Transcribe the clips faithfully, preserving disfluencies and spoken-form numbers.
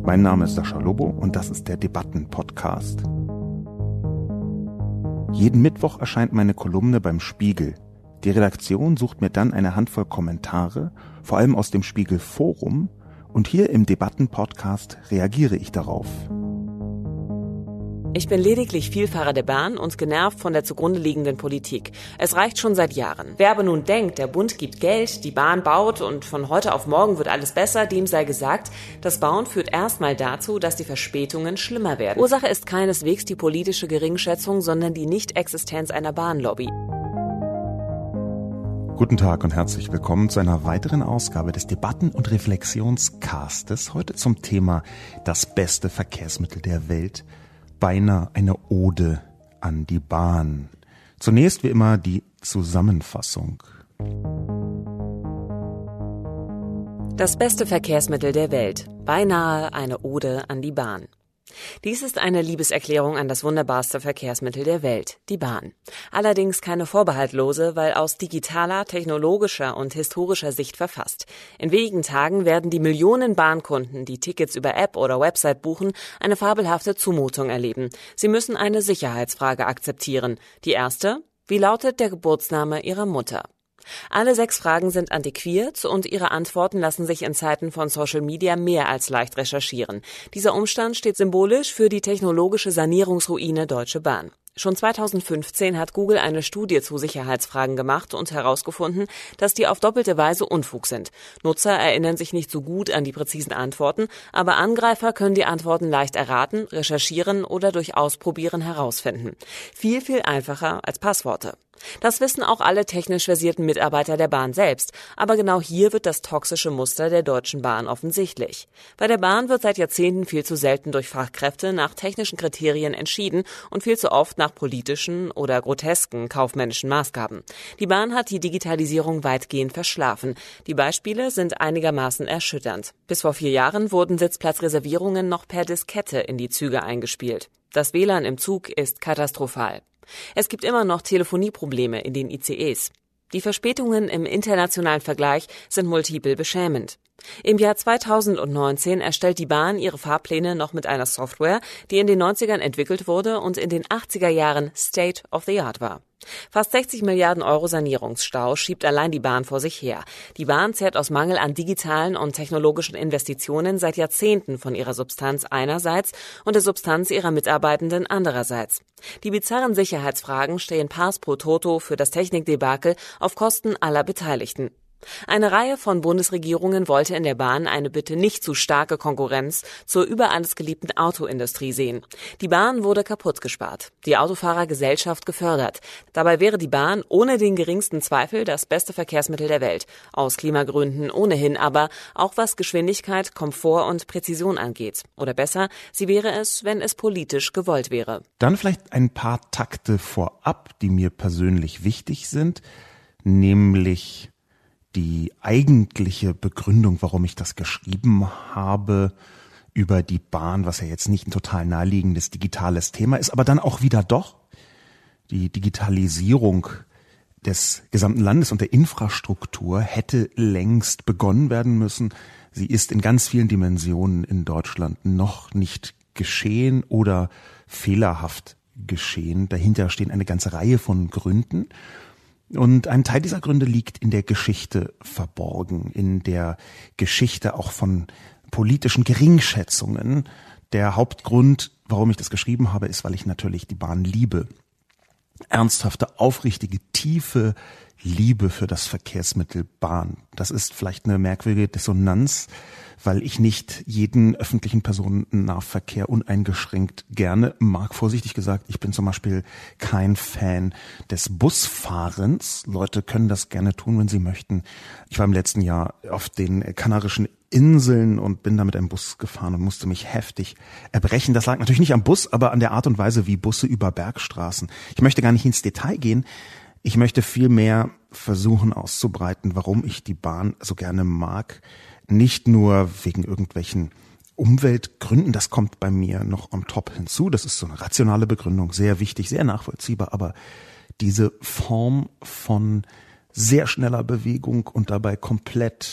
Mein Name ist Sascha Lobo und das ist der Debatten-Podcast. Jeden Mittwoch erscheint meine Kolumne beim Spiegel. Die Redaktion sucht mir dann eine Handvoll Kommentare, vor allem aus dem Spiegel-Forum, und hier im Debatten-Podcast reagiere ich darauf. Ich bin lediglich Vielfahrer der Bahn und genervt von der zugrunde liegenden Politik. Es reicht schon seit Jahren. Wer aber nun denkt, der Bund gibt Geld, die Bahn baut und von heute auf morgen wird alles besser, dem sei gesagt, das Bauen führt erstmal dazu, dass die Verspätungen schlimmer werden. Ursache ist keineswegs die politische Geringschätzung, sondern die Nichtexistenz einer Bahnlobby. Guten Tag und herzlich willkommen zu einer weiteren Ausgabe des Debatten- und Reflexionscastes. Heute zum Thema das beste Verkehrsmittel der Welt. Beinahe eine Ode an die Bahn. Zunächst wie immer die Zusammenfassung. Das beste Verkehrsmittel der Welt. Beinahe eine Ode an die Bahn. Dies ist eine Liebeserklärung an das wunderbarste Verkehrsmittel der Welt, die Bahn. Allerdings keine vorbehaltlose, weil aus digitaler, technologischer und historischer Sicht verfasst. In wenigen Tagen werden die Millionen Bahnkunden, die Tickets über App oder Website buchen, eine fabelhafte Zumutung erleben. Sie müssen eine Sicherheitsfrage akzeptieren. Die erste: Wie lautet der Geburtsname ihrer Mutter? Alle sechs Fragen sind antiquiert und ihre Antworten lassen sich in Zeiten von Social Media mehr als leicht recherchieren. Dieser Umstand steht symbolisch für die technologische Sanierungsruine Deutsche Bahn. Schon zweitausendfünfzehn hat Google eine Studie zu Sicherheitsfragen gemacht und herausgefunden, dass die auf doppelte Weise Unfug sind. Nutzer erinnern sich nicht so gut an die präzisen Antworten, aber Angreifer können die Antworten leicht erraten, recherchieren oder durch Ausprobieren herausfinden. Viel, viel einfacher als Passworte. Das wissen auch alle technisch versierten Mitarbeiter der Bahn selbst. Aber genau hier wird das toxische Muster der Deutschen Bahn offensichtlich. Bei der Bahn wird seit Jahrzehnten viel zu selten durch Fachkräfte nach technischen Kriterien entschieden und viel zu oft nach politischen oder grotesken kaufmännischen Maßgaben. Die Bahn hat die Digitalisierung weitgehend verschlafen. Die Beispiele sind einigermaßen erschütternd. Bis vor vier Jahren wurden Sitzplatzreservierungen noch per Diskette in die Züge eingespielt. Das W L A N im Zug ist katastrophal. Es gibt immer noch Telefonieprobleme in den I C Es. Die Verspätungen im internationalen Vergleich sind multiple beschämend. Im Jahr zweitausendneunzehn erstellt die Bahn ihre Fahrpläne noch mit einer Software, die in den neunzigern entwickelt wurde und in den achtziger Jahren State of the Art war. Fast sechzig Milliarden Euro Sanierungsstau schiebt allein die Bahn vor sich her. Die Bahn zehrt aus Mangel an digitalen und technologischen Investitionen seit Jahrzehnten von ihrer Substanz einerseits und der Substanz ihrer Mitarbeitenden andererseits. Die bizarren Sicherheitsfragen stehen pars pro toto für das Technikdebakel auf Kosten aller Beteiligten. Eine Reihe von Bundesregierungen wollte in der Bahn eine bitte nicht zu starke Konkurrenz zur über alles geliebten Autoindustrie sehen. Die Bahn wurde kaputt gespart, die Autofahrergesellschaft gefördert. Dabei wäre die Bahn ohne den geringsten Zweifel das beste Verkehrsmittel der Welt. Aus Klimagründen ohnehin, aber auch was Geschwindigkeit, Komfort und Präzision angeht. Oder besser, sie wäre es, wenn es politisch gewollt wäre. Dann vielleicht ein paar Takte vorab, die mir persönlich wichtig sind, nämlich die eigentliche Begründung, warum ich das geschrieben habe über die Bahn, was ja jetzt nicht ein total naheliegendes digitales Thema ist, aber dann auch wieder doch. Die Digitalisierung des gesamten Landes und der Infrastruktur hätte längst begonnen werden müssen. Sie ist in ganz vielen Dimensionen in Deutschland noch nicht geschehen oder fehlerhaft geschehen. Dahinter stehen eine ganze Reihe von Gründen. Und ein Teil dieser Gründe liegt in der Geschichte verborgen, in der Geschichte auch von politischen Geringschätzungen. Der Hauptgrund, warum ich das geschrieben habe, ist, weil ich natürlich die Bahn liebe. Ernsthafte, aufrichtige, tiefe Liebe für das Verkehrsmittel Bahn. Das ist vielleicht eine merkwürdige Dissonanz, weil ich nicht jeden öffentlichen Personennahverkehr uneingeschränkt gerne mag. Vorsichtig gesagt, ich bin zum Beispiel kein Fan des Busfahrens. Leute können das gerne tun, wenn sie möchten. Ich war im letzten Jahr auf den Kanarischen Inseln und bin da mit einem Bus gefahren und musste mich heftig erbrechen. Das lag natürlich nicht am Bus, aber an der Art und Weise, wie Busse über Bergstraßen. Ich möchte gar nicht ins Detail gehen. Ich möchte vielmehr versuchen auszubreiten, warum ich die Bahn so gerne mag. Nicht nur wegen irgendwelchen Umweltgründen, das kommt bei mir noch on top hinzu. Das ist so eine rationale Begründung, sehr wichtig, sehr nachvollziehbar. Aber diese Form von sehr schneller Bewegung und dabei komplett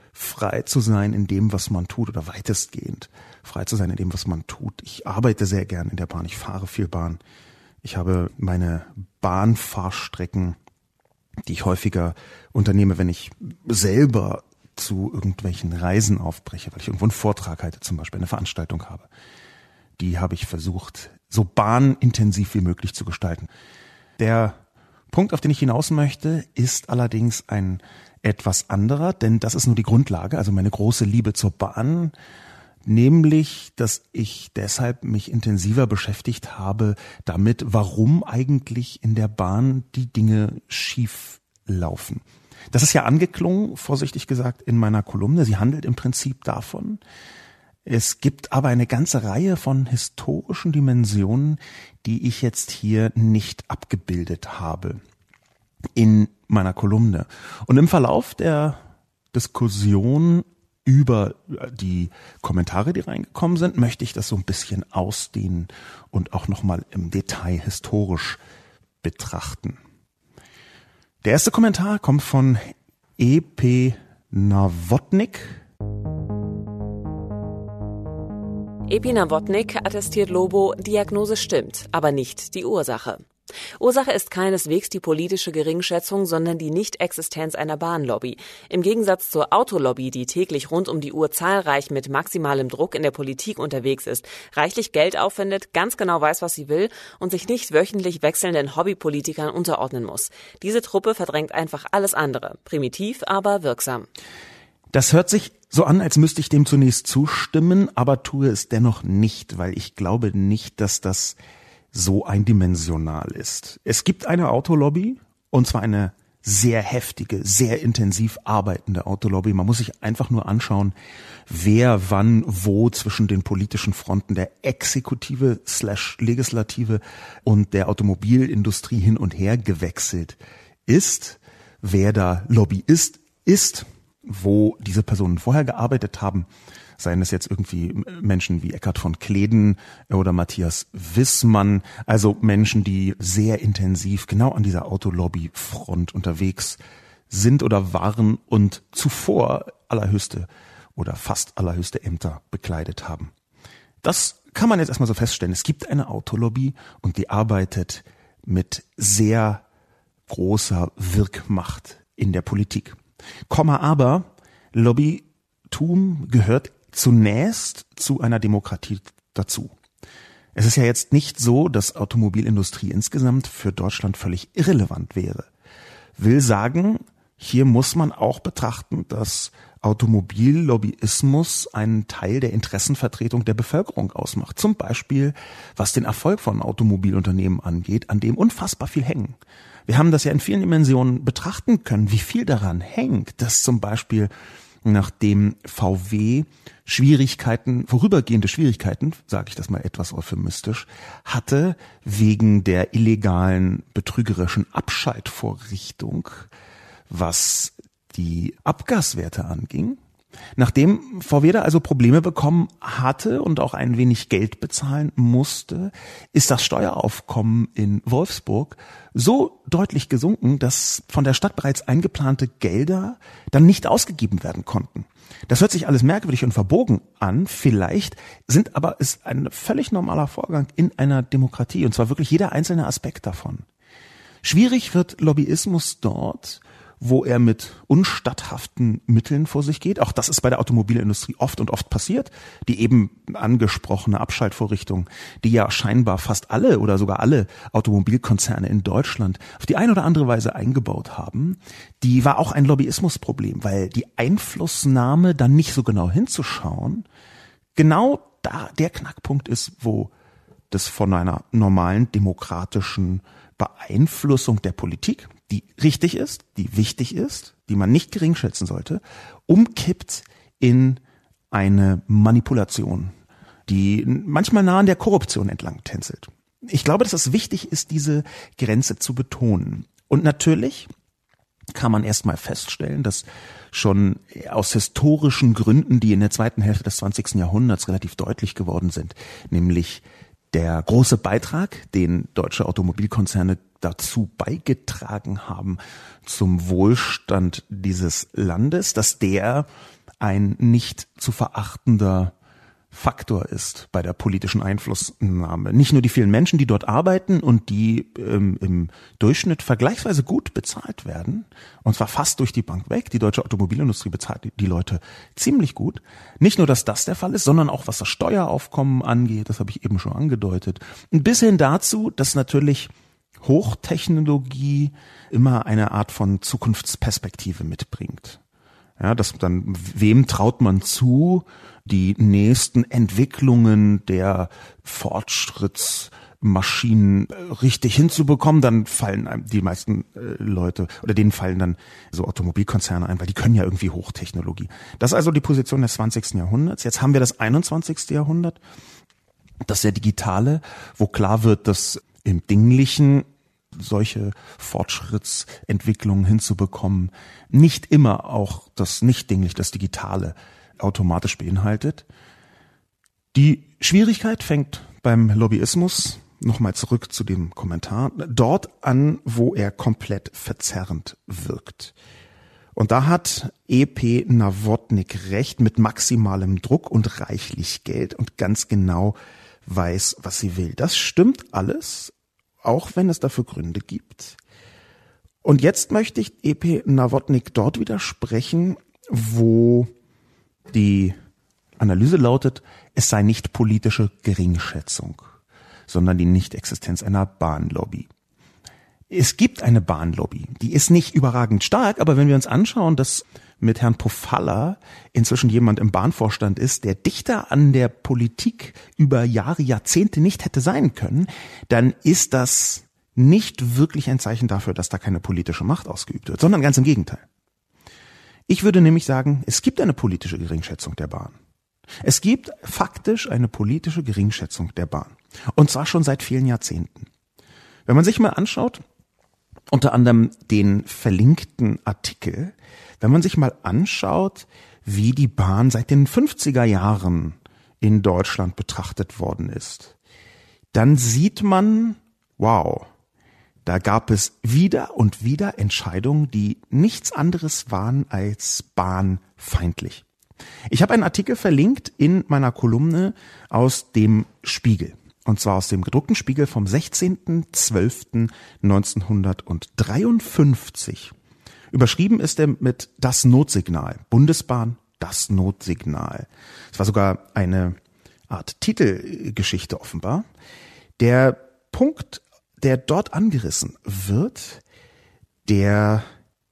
frei zu sein in dem, was man tut, oder weitestgehend frei zu sein in dem, was man tut. Ich arbeite sehr gern in der Bahn, ich fahre viel Bahn. Ich habe meine Bahnfahrstrecken, die ich häufiger unternehme, wenn ich selber zu irgendwelchen Reisen aufbreche, weil ich irgendwo einen Vortrag halte, zum Beispiel eine Veranstaltung habe. Die habe ich versucht, so bahnintensiv wie möglich zu gestalten. Der Punkt, auf den ich hinaus möchte, ist allerdings ein etwas anderer, denn das ist nur die Grundlage, also meine große Liebe zur Bahn, nämlich, dass ich deshalb mich intensiver beschäftigt habe damit, warum eigentlich in der Bahn die Dinge schief laufen. Das ist ja angeklungen, vorsichtig gesagt, in meiner Kolumne. Sie handelt im Prinzip davon. Es gibt aber eine ganze Reihe von historischen Dimensionen, die ich jetzt hier nicht abgebildet habe in meiner Kolumne. Und im Verlauf der Diskussion über die Kommentare, die reingekommen sind, möchte ich das so ein bisschen ausdehnen und auch nochmal im Detail historisch betrachten. Der erste Kommentar kommt von E P Nawotnik. E P Nawotnik attestiert Lobo, Diagnose stimmt, aber nicht die Ursache. Ursache ist keineswegs die politische Geringschätzung, sondern die Nichtexistenz einer Bahnlobby. Im Gegensatz zur Autolobby, die täglich rund um die Uhr zahlreich mit maximalem Druck in der Politik unterwegs ist, reichlich Geld aufwendet, ganz genau weiß, was sie will und sich nicht wöchentlich wechselnden Hobbypolitikern unterordnen muss. Diese Truppe verdrängt einfach alles andere. Primitiv, aber wirksam. Das hört sich so an, als müsste ich dem zunächst zustimmen, aber tue es dennoch nicht, weil ich glaube nicht, dass das so eindimensional ist. Es gibt eine Autolobby, und zwar eine sehr heftige, sehr intensiv arbeitende Autolobby. Man muss sich einfach nur anschauen, wer wann wo zwischen den politischen Fronten der Exekutive slash Legislative und der Automobilindustrie hin und her gewechselt ist, wer da Lobbyist ist, wo diese Personen vorher gearbeitet haben, seien es jetzt irgendwie Menschen wie Eckhard von Kleden oder Matthias Wissmann, also Menschen, die sehr intensiv genau an dieser Autolobby-Front unterwegs sind oder waren und zuvor allerhöchste oder fast allerhöchste Ämter bekleidet haben. Das kann man jetzt erstmal so feststellen. Es gibt eine Autolobby und die arbeitet mit sehr großer Wirkmacht in der Politik. Komma aber, Lobbytum gehört zunächst zu einer Demokratie dazu. Es ist ja jetzt nicht so, dass Automobilindustrie insgesamt für Deutschland völlig irrelevant wäre. Will sagen, hier muss man auch betrachten, dass Automobillobbyismus einen Teil der Interessenvertretung der Bevölkerung ausmacht. Zum Beispiel, was den Erfolg von Automobilunternehmen angeht, an dem unfassbar viel hängen. Wir haben das ja in vielen Dimensionen betrachten können, wie viel daran hängt, dass zum Beispiel nachdem V W Schwierigkeiten, vorübergehende Schwierigkeiten, sage ich das mal etwas euphemistisch, hatte wegen der illegalen betrügerischen Abschaltvorrichtung, was die Abgaswerte anging. Nachdem V W da also Probleme bekommen hatte und auch ein wenig Geld bezahlen musste, ist das Steueraufkommen in Wolfsburg so deutlich gesunken, dass von der Stadt bereits eingeplante Gelder dann nicht ausgegeben werden konnten. Das hört sich alles merkwürdig und verbogen an, vielleicht sind aber ist ein völlig normaler Vorgang in einer Demokratie, und zwar wirklich jeder einzelne Aspekt davon. Schwierig wird Lobbyismus dort, wo er mit unstatthaften Mitteln vor sich geht. Auch das ist bei der Automobilindustrie oft und oft passiert. Die eben angesprochene Abschaltvorrichtung, die ja scheinbar fast alle oder sogar alle Automobilkonzerne in Deutschland auf die eine oder andere Weise eingebaut haben, die war auch ein Lobbyismusproblem, weil die Einflussnahme, dann nicht so genau hinzuschauen, genau da der Knackpunkt ist, wo das von einer normalen demokratischen Beeinflussung der Politik, die richtig ist, die wichtig ist, die man nicht geringschätzen sollte, umkippt in eine Manipulation, die manchmal nah an der Korruption entlang tänzelt. Ich glaube, dass es wichtig ist, diese Grenze zu betonen. Und natürlich kann man erstmal feststellen, dass schon aus historischen Gründen, die in der zweiten Hälfte des zwanzigsten Jahrhunderts relativ deutlich geworden sind, nämlich der große Beitrag, den deutsche Automobilkonzerne dazu beigetragen haben zum Wohlstand dieses Landes, dass der ein nicht zu verachtender Faktor ist bei der politischen Einflussnahme. Nicht nur die vielen Menschen, die dort arbeiten und die ähm, im Durchschnitt vergleichsweise gut bezahlt werden, und zwar fast durch die Bank weg. Die deutsche Automobilindustrie bezahlt die Leute ziemlich gut. Nicht nur, dass das der Fall ist, sondern auch, was das Steueraufkommen angeht, das habe ich eben schon angedeutet. Und bis hin dazu, dass natürlich Hochtechnologie immer eine Art von Zukunftsperspektive mitbringt. Ja, dass dann, wem traut man zu, die nächsten Entwicklungen der Fortschrittsmaschinen richtig hinzubekommen, dann fallen einem die meisten äh, Leute, oder denen fallen dann so Automobilkonzerne ein, weil die können ja irgendwie Hochtechnologie. Das ist also die Position des zwanzigsten Jahrhunderts. Jetzt haben wir das einundzwanzigste Jahrhundert, das sehr digitale, wo klar wird, dass im Dinglichen solche Fortschrittsentwicklungen hinzubekommen, nicht immer auch das Nicht-Dinglich, das Digitale automatisch beinhaltet. Die Schwierigkeit fängt beim Lobbyismus, nochmal zurück zu dem Kommentar, dort an, wo er komplett verzerrend wirkt. Und da hat E P Nowotny recht, mit maximalem Druck und reichlich Geld und ganz genau weiß, was sie will. Das stimmt alles, auch wenn es dafür Gründe gibt. Und jetzt möchte ich E P Nowotny dort widersprechen, wo die Analyse lautet, es sei nicht politische Geringschätzung, sondern die Nichtexistenz einer Bahnlobby. Es gibt eine Bahnlobby, die ist nicht überragend stark, aber wenn wir uns anschauen, dass mit Herrn Pofalla inzwischen jemand im Bahnvorstand ist, der dichter an der Politik über Jahre, Jahrzehnte nicht hätte sein können, dann ist das nicht wirklich ein Zeichen dafür, dass da keine politische Macht ausgeübt wird, sondern ganz im Gegenteil. Ich würde nämlich sagen, es gibt eine politische Geringschätzung der Bahn. Es gibt faktisch eine politische Geringschätzung der Bahn. Und zwar schon seit vielen Jahrzehnten. Wenn man sich mal anschaut, unter anderem den verlinkten Artikel, wenn man sich mal anschaut, wie die Bahn seit den fünfziger Jahren in Deutschland betrachtet worden ist, dann sieht man, wow, da gab es wieder und wieder Entscheidungen, die nichts anderes waren als bahnfeindlich. Ich habe einen Artikel verlinkt in meiner Kolumne aus dem Spiegel. Und zwar aus dem gedruckten Spiegel vom sechzehnten zwölften neunzehnhundertdreiundfünfzig. Überschrieben ist er mit Das Notsignal. Bundesbahn, das Notsignal. Es war sogar eine Art Titelgeschichte offenbar. Der Punkt, der dort angerissen wird, der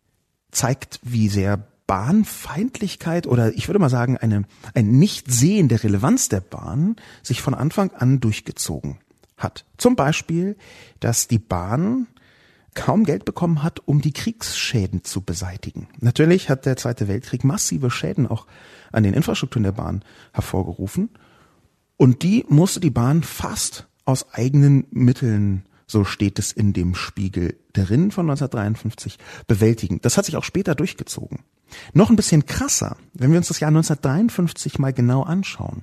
zeigt, wie sehr Bahnfeindlichkeit oder ich würde mal sagen, eine, ein Nichtsehen der Relevanz der Bahn sich von Anfang an durchgezogen hat. Zum Beispiel, dass die Bahn kaum Geld bekommen hat, um die Kriegsschäden zu beseitigen. Natürlich hat der Zweite Weltkrieg massive Schäden auch an den Infrastrukturen der Bahn hervorgerufen und die musste die Bahn fast aus eigenen Mitteln, so steht es in dem Spiegel drin von neunzehnhundertdreiundfünfzig, bewältigen. Das hat sich auch später durchgezogen. Noch ein bisschen krasser, wenn wir uns das Jahr neunzehnhundertdreiundfünfzig mal genau anschauen,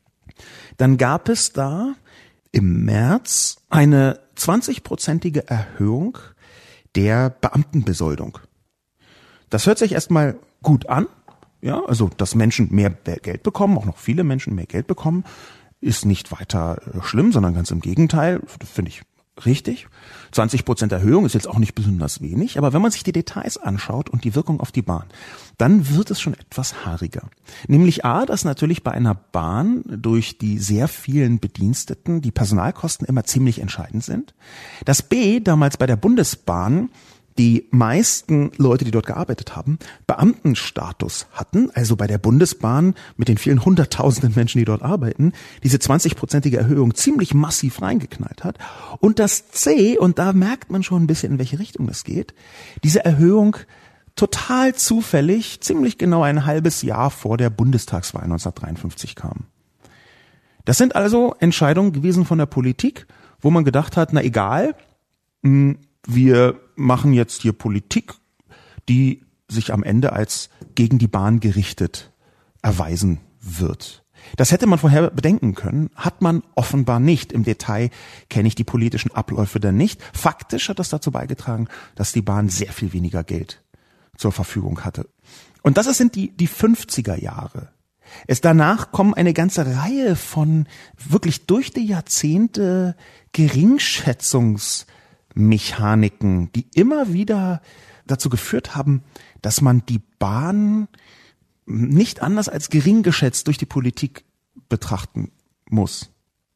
dann gab es da im März eine zwanzigprozentige Erhöhung der Beamtenbesoldung. Das hört sich erstmal gut an, ja, also dass Menschen mehr Geld bekommen, auch noch viele Menschen mehr Geld bekommen, ist nicht weiter schlimm, sondern ganz im Gegenteil, finde ich richtig. zwanzig Prozent Erhöhung ist jetzt auch nicht besonders wenig, aber wenn man sich die Details anschaut und die Wirkung auf die Bahn, dann wird es schon etwas haariger. Nämlich A, dass natürlich bei einer Bahn durch die sehr vielen Bediensteten die Personalkosten immer ziemlich entscheidend sind. Dass B, damals bei der Bundesbahn die meisten Leute, die dort gearbeitet haben, Beamtenstatus hatten, also bei der Bundesbahn mit den vielen hunderttausenden Menschen, die dort arbeiten, diese zwanzigprozentige Erhöhung ziemlich massiv reingeknallt hat. Und das C, und da merkt man schon ein bisschen, in welche Richtung es geht, diese Erhöhung total zufällig, ziemlich genau ein halbes Jahr vor der Bundestagswahl neunzehnhundertdreiundfünfzig kam. Das sind also Entscheidungen gewesen von der Politik, wo man gedacht hat, na egal, mh, wir machen jetzt hier Politik, die sich am Ende als gegen die Bahn gerichtet erweisen wird. Das hätte man vorher bedenken können, hat man offenbar nicht. Im Detail kenne ich die politischen Abläufe dann nicht. Faktisch hat das dazu beigetragen, dass die Bahn sehr viel weniger Geld zur Verfügung hatte. Und das sind die, die fünfziger Jahre. Es danach kommen eine ganze Reihe von wirklich durch die Jahrzehnte Geringschätzungsmechaniken, die immer wieder dazu geführt haben, dass man die Bahn nicht anders als gering geschätzt durch die Politik betrachten muss.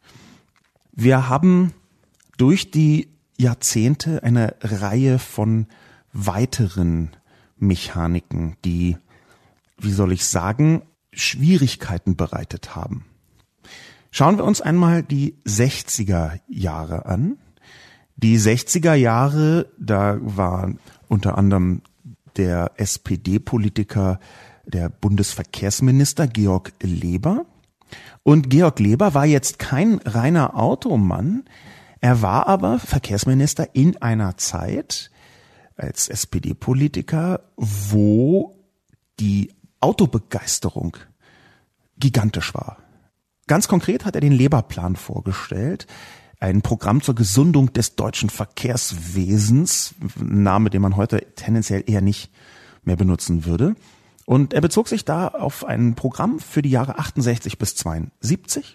Wir haben durch die Jahrzehnte eine Reihe von weiteren Mechaniken, die, wie soll ich sagen, Schwierigkeiten bereitet haben. Schauen wir uns einmal die sechziger Jahre an. Die sechziger Jahre, da war unter anderem der S P D-Politiker, der Bundesverkehrsminister Georg Leber. Und Georg Leber war jetzt kein reiner Automann, er war aber Verkehrsminister in einer Zeit als S P D-Politiker, wo die Autobegeisterung gigantisch war. Ganz konkret hat er den Leber-Plan vorgestellt, ein Programm zur Gesundung des deutschen Verkehrswesens, ein Name, den man heute tendenziell eher nicht mehr benutzen würde. Und er bezog sich da auf ein Programm für die Jahre achtundsechzig bis zweiundsiebzig.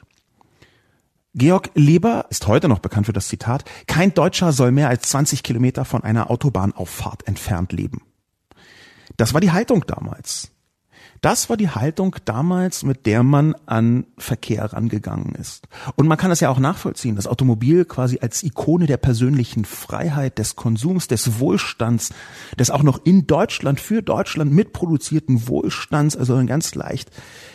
Georg Leber ist heute noch bekannt für das Zitat: Kein Deutscher soll mehr als zwanzig Kilometer von einer Autobahnauffahrt entfernt leben. Das war die Haltung damals. Das war die Haltung damals, mit der man an Verkehr rangegangen ist. Und man kann das ja auch nachvollziehen. Das Automobil quasi als Ikone der persönlichen Freiheit, des Konsums, des Wohlstands, des auch noch in Deutschland, für Deutschland mitproduzierten Wohlstands, also ein ganz leicht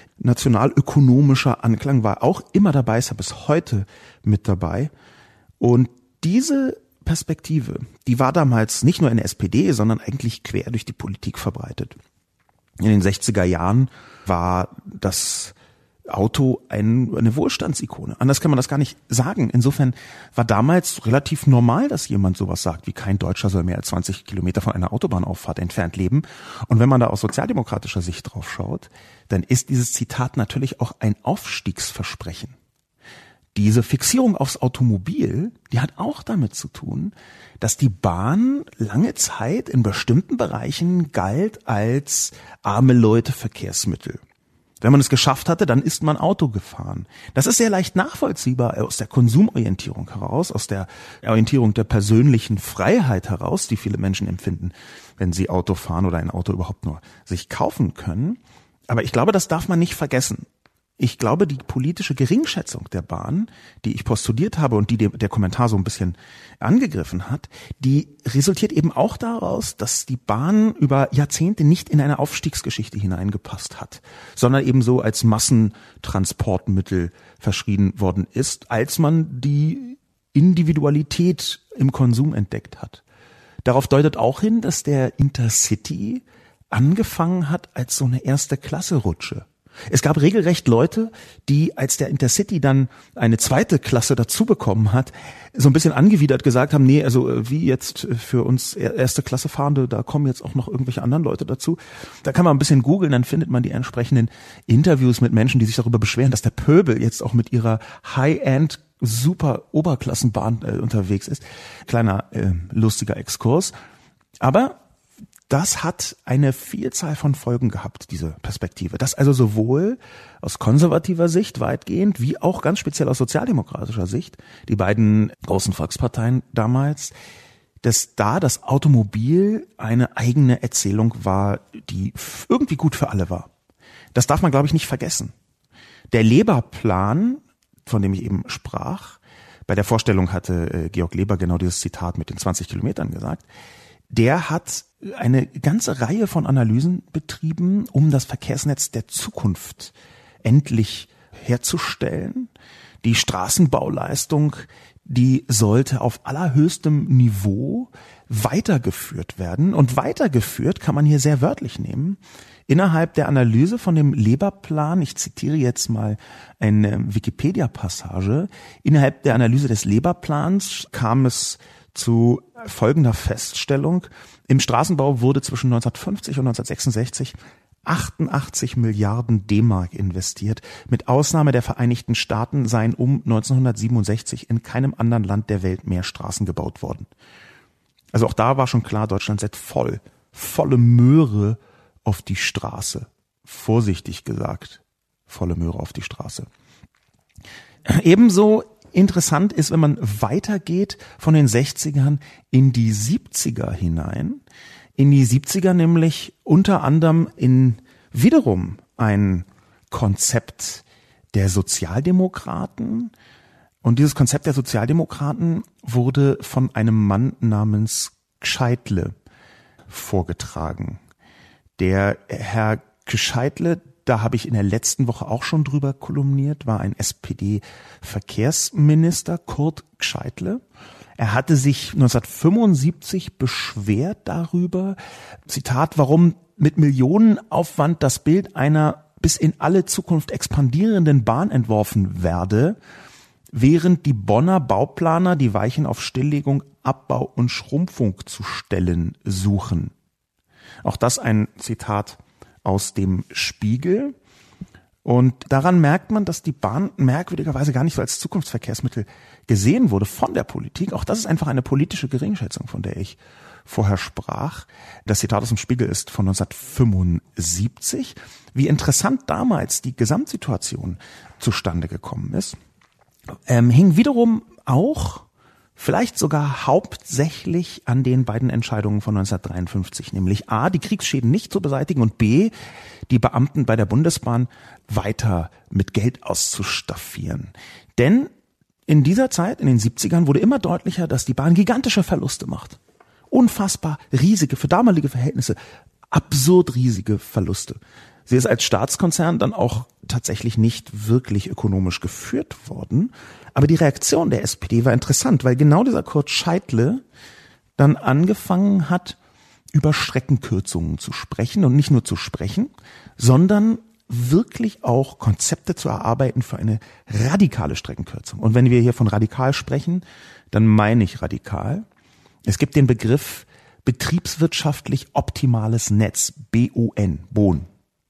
nationalökonomischer Anklang, war auch immer dabei, ist ja bis heute mit dabei. Und diese Perspektive, die war damals nicht nur in der S P D, sondern eigentlich quer durch die Politik verbreitet. In den sechziger Jahren war das Auto ein, eine Wohlstandsikone. Anders kann man das gar nicht sagen. Insofern war damals relativ normal, dass jemand sowas sagt, wie kein Deutscher soll mehr als zwanzig Kilometer von einer Autobahnauffahrt entfernt leben. Und wenn man da aus sozialdemokratischer Sicht drauf schaut, dann ist dieses Zitat natürlich auch ein Aufstiegsversprechen. Diese Fixierung aufs Automobil, die hat auch damit zu tun, dass die Bahn lange Zeit in bestimmten Bereichen galt als arme Leute Verkehrsmittel. Wenn man es geschafft hatte, dann ist man Auto gefahren. Das ist sehr leicht nachvollziehbar aus der Konsumorientierung heraus, aus der Orientierung der persönlichen Freiheit heraus, die viele Menschen empfinden, wenn sie Auto fahren oder ein Auto überhaupt nur sich kaufen können. Aber ich glaube, das darf man nicht vergessen. Ich glaube, die politische Geringschätzung der Bahn, die ich postuliert habe und die der Kommentar so ein bisschen angegriffen hat, die resultiert eben auch daraus, dass die Bahn über Jahrzehnte nicht in eine Aufstiegsgeschichte hineingepasst hat, sondern eben so als Massentransportmittel verschrien worden ist, als man die Individualität im Konsum entdeckt hat. Darauf deutet auch hin, dass der Intercity angefangen hat als so eine Erste-Klasse-Rutsche. Es gab regelrecht Leute, die, als der Intercity dann eine zweite Klasse dazu bekommen hat, so ein bisschen angewidert gesagt haben, nee, also wie jetzt für uns erste Klasse Fahrende, da kommen jetzt auch noch irgendwelche anderen Leute dazu. Da kann man ein bisschen googeln, dann findet man die entsprechenden Interviews mit Menschen, die sich darüber beschweren, dass der Pöbel jetzt auch mit ihrer High-End super Oberklassenbahn äh, unterwegs ist. Kleiner äh, lustiger Exkurs. Aber das hat eine Vielzahl von Folgen gehabt, diese Perspektive. Das also sowohl aus konservativer Sicht weitgehend, wie auch ganz speziell aus sozialdemokratischer Sicht, die beiden großen Volksparteien damals, dass da das Automobil eine eigene Erzählung war, die irgendwie gut für alle war. Das darf man, glaube ich, nicht vergessen. Der Leber-Plan, von dem ich eben sprach, bei der Vorstellung hatte äh, Georg Leber genau dieses Zitat mit den zwanzig Kilometern gesagt, der hat eine ganze Reihe von Analysen betrieben, um das Verkehrsnetz der Zukunft endlich herzustellen. Die Straßenbauleistung, die sollte auf allerhöchstem Niveau weitergeführt werden. Und weitergeführt kann man hier sehr wörtlich nehmen. Innerhalb der Analyse von dem Leber-Plan, ich zitiere jetzt mal eine Wikipedia-Passage, innerhalb der Analyse des Leber-Plans kam es zu folgender Feststellung. Im Straßenbau wurde zwischen neunzehnhundertfünfzig und neunzehnhundertsechsundsechzig achtundachtzig Milliarden D-Mark investiert. Mit Ausnahme der Vereinigten Staaten seien um neunzehnhundertsiebenundsechzig in keinem anderen Land der Welt mehr Straßen gebaut worden. Also auch da war schon klar, Deutschland setzt voll, volle Möhre auf die Straße. Vorsichtig gesagt, volle Möhre auf die Straße. Ebenso interessant ist, wenn man weitergeht von den sechzigern in die siebziger hinein. In die siebziger nämlich unter anderem in wiederum ein Konzept der Sozialdemokraten. Und dieses Konzept der Sozialdemokraten wurde von einem Mann namens Gscheitle vorgetragen. Der Herr Gscheitle, da habe ich in der letzten Woche auch schon drüber kolumniert, war ein S P D-Verkehrsminister, Kurt Gscheitle. Er hatte sich neunzehnhundertfünfundsiebzig beschwert darüber, Zitat, warum mit Millionenaufwand das Bild einer bis in alle Zukunft expandierenden Bahn entworfen werde, während die Bonner Bauplaner die Weichen auf Stilllegung, Abbau und Schrumpfung zu stellen suchen. Auch das ein Zitat aus dem Spiegel. Und daran merkt man, dass die Bahn merkwürdigerweise gar nicht so als Zukunftsverkehrsmittel gesehen wurde von der Politik. Auch das ist einfach eine politische Geringschätzung, von der ich vorher sprach. Das Zitat aus dem Spiegel ist von neunzehnhundertfünfundsiebzig. Wie interessant damals die Gesamtsituation zustande gekommen ist, ähm, hing wiederum auch vielleicht sogar hauptsächlich an den beiden Entscheidungen von neunzehnhundertdreiundfünfzig, nämlich A, die Kriegsschäden nicht zu beseitigen und B, die Beamten bei der Bundesbahn weiter mit Geld auszustaffieren. Denn in dieser Zeit, in den siebzigern, wurde immer deutlicher, dass die Bahn gigantische Verluste macht. Unfassbar riesige, für damalige Verhältnisse, absurd riesige Verluste. Sie ist als Staatskonzern dann auch tatsächlich nicht wirklich ökonomisch geführt worden. Aber die Reaktion der S P D war interessant, weil genau dieser Kurt Gscheitle dann angefangen hat, über Streckenkürzungen zu sprechen und nicht nur zu sprechen, sondern wirklich auch Konzepte zu erarbeiten für eine radikale Streckenkürzung. Und wenn wir hier von radikal sprechen, dann meine ich radikal. Es gibt den Begriff betriebswirtschaftlich optimales Netz, B O N, B O N.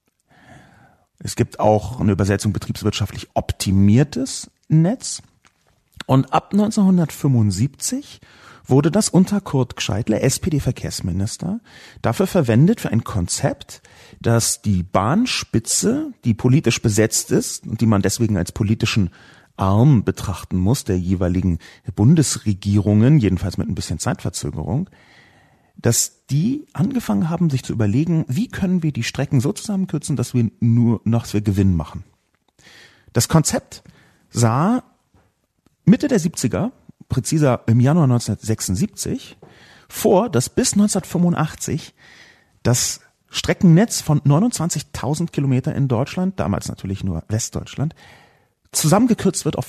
Es gibt auch eine Übersetzung betriebswirtschaftlich optimiertes Netz. Und ab neunzehnhundertfünfundsiebzig wurde das unter Kurt Gscheitle, S P D-Verkehrsminister, dafür verwendet für ein Konzept, dass die Bahnspitze, die politisch besetzt ist und die man deswegen als politischen Arm betrachten muss, der jeweiligen Bundesregierungen, jedenfalls mit ein bisschen Zeitverzögerung, dass die angefangen haben, sich zu überlegen, wie können wir die Strecken so zusammenkürzen, dass wir nur noch dass wir Gewinn machen. Das Konzept sah Mitte der siebziger, präziser im Januar neunzehnhundertsechsundsiebzig, vor, dass bis neunzehnhundertfünfundachtzig das Streckennetz von neunundzwanzigtausend Kilometer in Deutschland, damals natürlich nur Westdeutschland, zusammengekürzt wird auf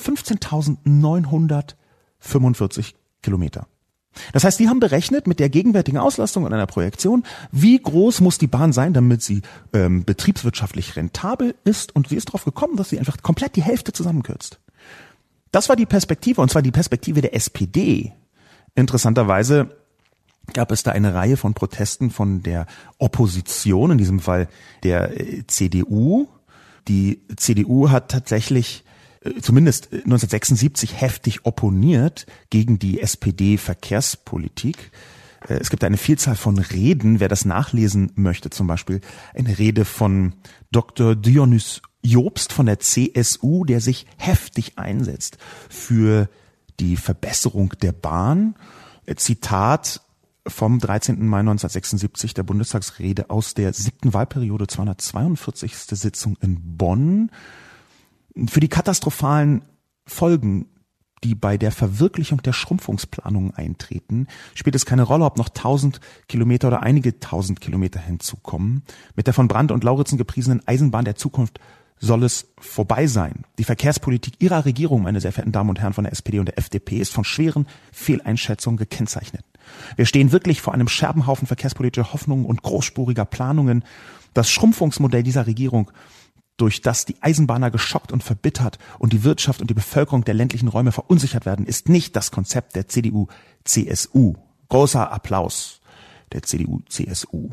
fünfzehntausendneunhundertfünfundvierzig Kilometer. Das heißt, die haben berechnet mit der gegenwärtigen Auslastung und einer Projektion, wie groß muss die Bahn sein, damit sie ähm, betriebswirtschaftlich rentabel ist, und sie ist darauf gekommen, dass sie einfach komplett die Hälfte zusammenkürzt. Das war die Perspektive, und zwar die Perspektive der S P D. Interessanterweise gab es da eine Reihe von Protesten von der Opposition, in diesem Fall der C D U. Die C D U hat tatsächlich zumindest neunzehnhundertsechsundsiebzig heftig opponiert gegen die S P D-Verkehrspolitik. Es gibt eine Vielzahl von Reden, wer das nachlesen möchte, zum Beispiel eine Rede von Doktor Dionys Jobst von der C S U, der sich heftig einsetzt für die Verbesserung der Bahn. Zitat vom dreizehnten Mai neunzehnhundertsechsundsiebzig der Bundestagsrede aus der siebten Wahlperiode, zweihundertzweiundvierzigste Sitzung in Bonn. Für die katastrophalen Folgen, die bei der Verwirklichung der Schrumpfungsplanungen eintreten, spielt es keine Rolle, ob noch tausend Kilometer oder einige tausend Kilometer hinzukommen. Mit der von Brandt und Lauritzen gepriesenen Eisenbahn der Zukunft soll es vorbei sein. Die Verkehrspolitik Ihrer Regierung, meine sehr verehrten Damen und Herren von der S P D und der F D P, ist von schweren Fehleinschätzungen gekennzeichnet. Wir stehen wirklich vor einem Scherbenhaufen verkehrspolitischer Hoffnungen und großspuriger Planungen. Das Schrumpfungsmodell dieser Regierung, durch das die Eisenbahner geschockt und verbittert und die Wirtschaft und die Bevölkerung der ländlichen Räume verunsichert werden, ist nicht das Konzept der C D U C S U. Großer Applaus der C D U C S U.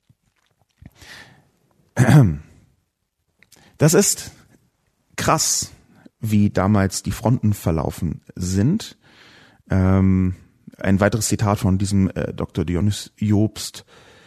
Das ist krass, wie damals die Fronten verlaufen sind. Ähm, ein weiteres Zitat von diesem äh, Doktor Dionys Jobst.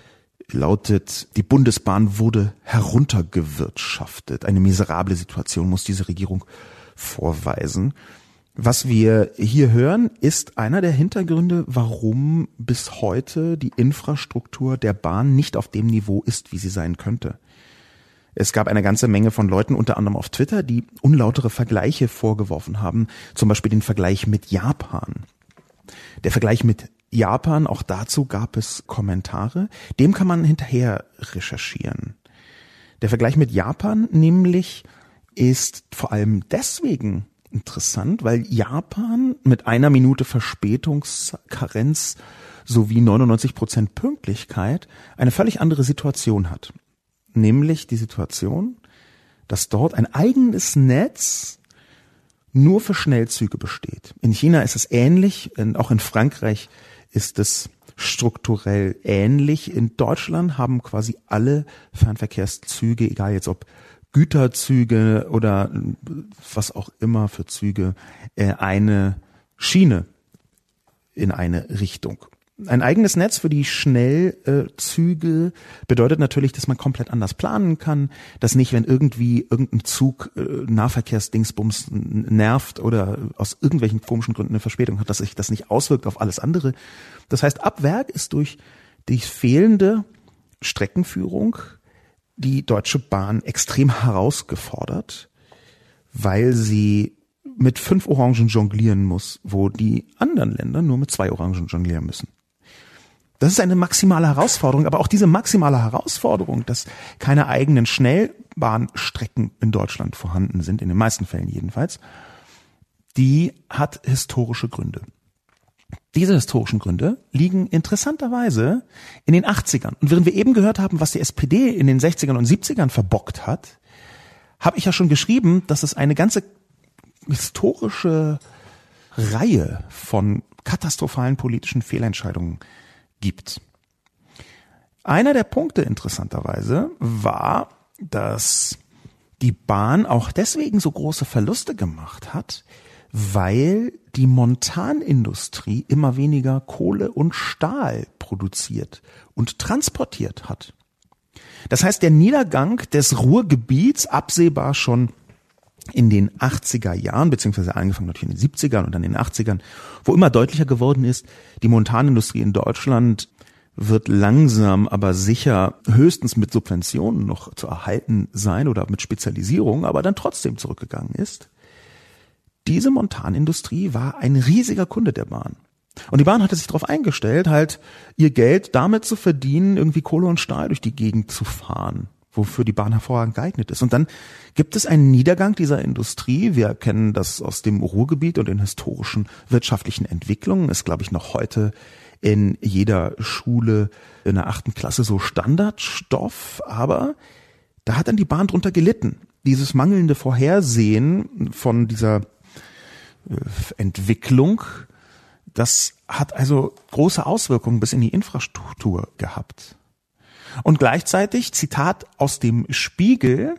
lautet, die Bundesbahn wurde heruntergewirtschaftet. Eine miserable Situation muss diese Regierung vorweisen. Was wir hier hören, ist einer der Hintergründe, warum bis heute die Infrastruktur der Bahn nicht auf dem Niveau ist, wie sie sein könnte. Es gab eine ganze Menge von Leuten, unter anderem auf Twitter, die unlautere Vergleiche vorgeworfen haben, zum Beispiel den Vergleich mit Japan. Der Vergleich mit Japan, auch dazu gab es Kommentare, dem kann man hinterher recherchieren. Der Vergleich mit Japan nämlich ist vor allem deswegen interessant, weil Japan mit einer Minute Verspätungskarenz sowie neunundneunzig Prozent Pünktlichkeit eine völlig andere Situation hat. Nämlich die Situation, dass dort ein eigenes Netz nur für Schnellzüge besteht. In China ist es ähnlich, auch in Frankreich ist es strukturell ähnlich. In Deutschland haben quasi alle Fernverkehrszüge, egal jetzt ob Güterzüge oder was auch immer für Züge, eine Schiene in eine Richtung. Ein eigenes Netz für die Schnellzüge bedeutet natürlich, dass man komplett anders planen kann, dass nicht, wenn irgendwie irgendein Zug Nahverkehrsdingsbums nervt oder aus irgendwelchen komischen Gründen eine Verspätung hat, dass sich das nicht auswirkt auf alles andere. Das heißt, ab Werk ist durch die fehlende Streckenführung die Deutsche Bahn extrem herausgefordert, weil sie mit fünf Orangen jonglieren muss, wo die anderen Länder nur mit zwei Orangen jonglieren müssen. Das ist eine maximale Herausforderung, aber auch diese maximale Herausforderung, dass keine eigenen Schnellbahnstrecken in Deutschland vorhanden sind, in den meisten Fällen jedenfalls, die hat historische Gründe. Diese historischen Gründe liegen interessanterweise in den achtzigern. Und während wir eben gehört haben, was die S P D in den sechzigern und siebzigern verbockt hat, habe ich ja schon geschrieben, dass es eine ganze historische Reihe von katastrophalen politischen Fehlentscheidungen gibt. Einer der Punkte interessanterweise war, dass die Bahn auch deswegen so große Verluste gemacht hat, weil die Montanindustrie immer weniger Kohle und Stahl produziert und transportiert hat. Das heißt, der Niedergang des Ruhrgebiets, absehbar schon in den achtziger Jahren, beziehungsweise angefangen natürlich in den siebzigern und dann in den achtzigern, wo immer deutlicher geworden ist, die Montanindustrie in Deutschland wird langsam, aber sicher höchstens mit Subventionen noch zu erhalten sein oder mit Spezialisierung, aber dann trotzdem zurückgegangen ist. Diese Montanindustrie war ein riesiger Kunde der Bahn. Und die Bahn hatte sich darauf eingestellt, halt ihr Geld damit zu verdienen, irgendwie Kohle und Stahl durch die Gegend zu fahren, wofür die Bahn hervorragend geeignet ist. Und dann gibt es einen Niedergang dieser Industrie. Wir kennen das aus dem Ruhrgebiet und den historischen wirtschaftlichen Entwicklungen. Ist, glaube ich, noch heute in jeder Schule in der achten Klasse so Standardstoff. Aber da hat dann die Bahn drunter gelitten. Dieses mangelnde Vorhersehen von dieser Entwicklung, das hat also große Auswirkungen bis in die Infrastruktur gehabt. Und gleichzeitig, Zitat aus dem Spiegel,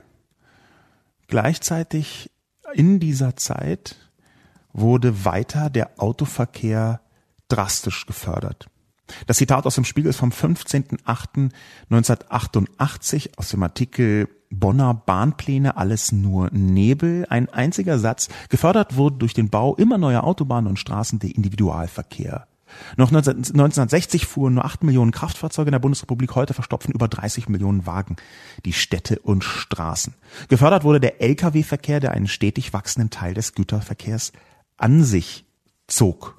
gleichzeitig in dieser Zeit wurde weiter der Autoverkehr drastisch gefördert. Das Zitat aus dem Spiegel ist vom fünfzehnten achten neunzehnhundertachtundachtzig aus dem Artikel Bonner Bahnpläne, alles nur Nebel. Ein einziger Satz: Gefördert wurde durch den Bau immer neuer Autobahnen und Straßen der Individualverkehr. Noch neunzehnhundertsechzig fuhren nur acht Millionen Kraftfahrzeuge in der Bundesrepublik, heute verstopfen über dreißig Millionen Wagen die Städte und Straßen. Gefördert wurde der L K W-Verkehr, der einen stetig wachsenden Teil des Güterverkehrs an sich zog.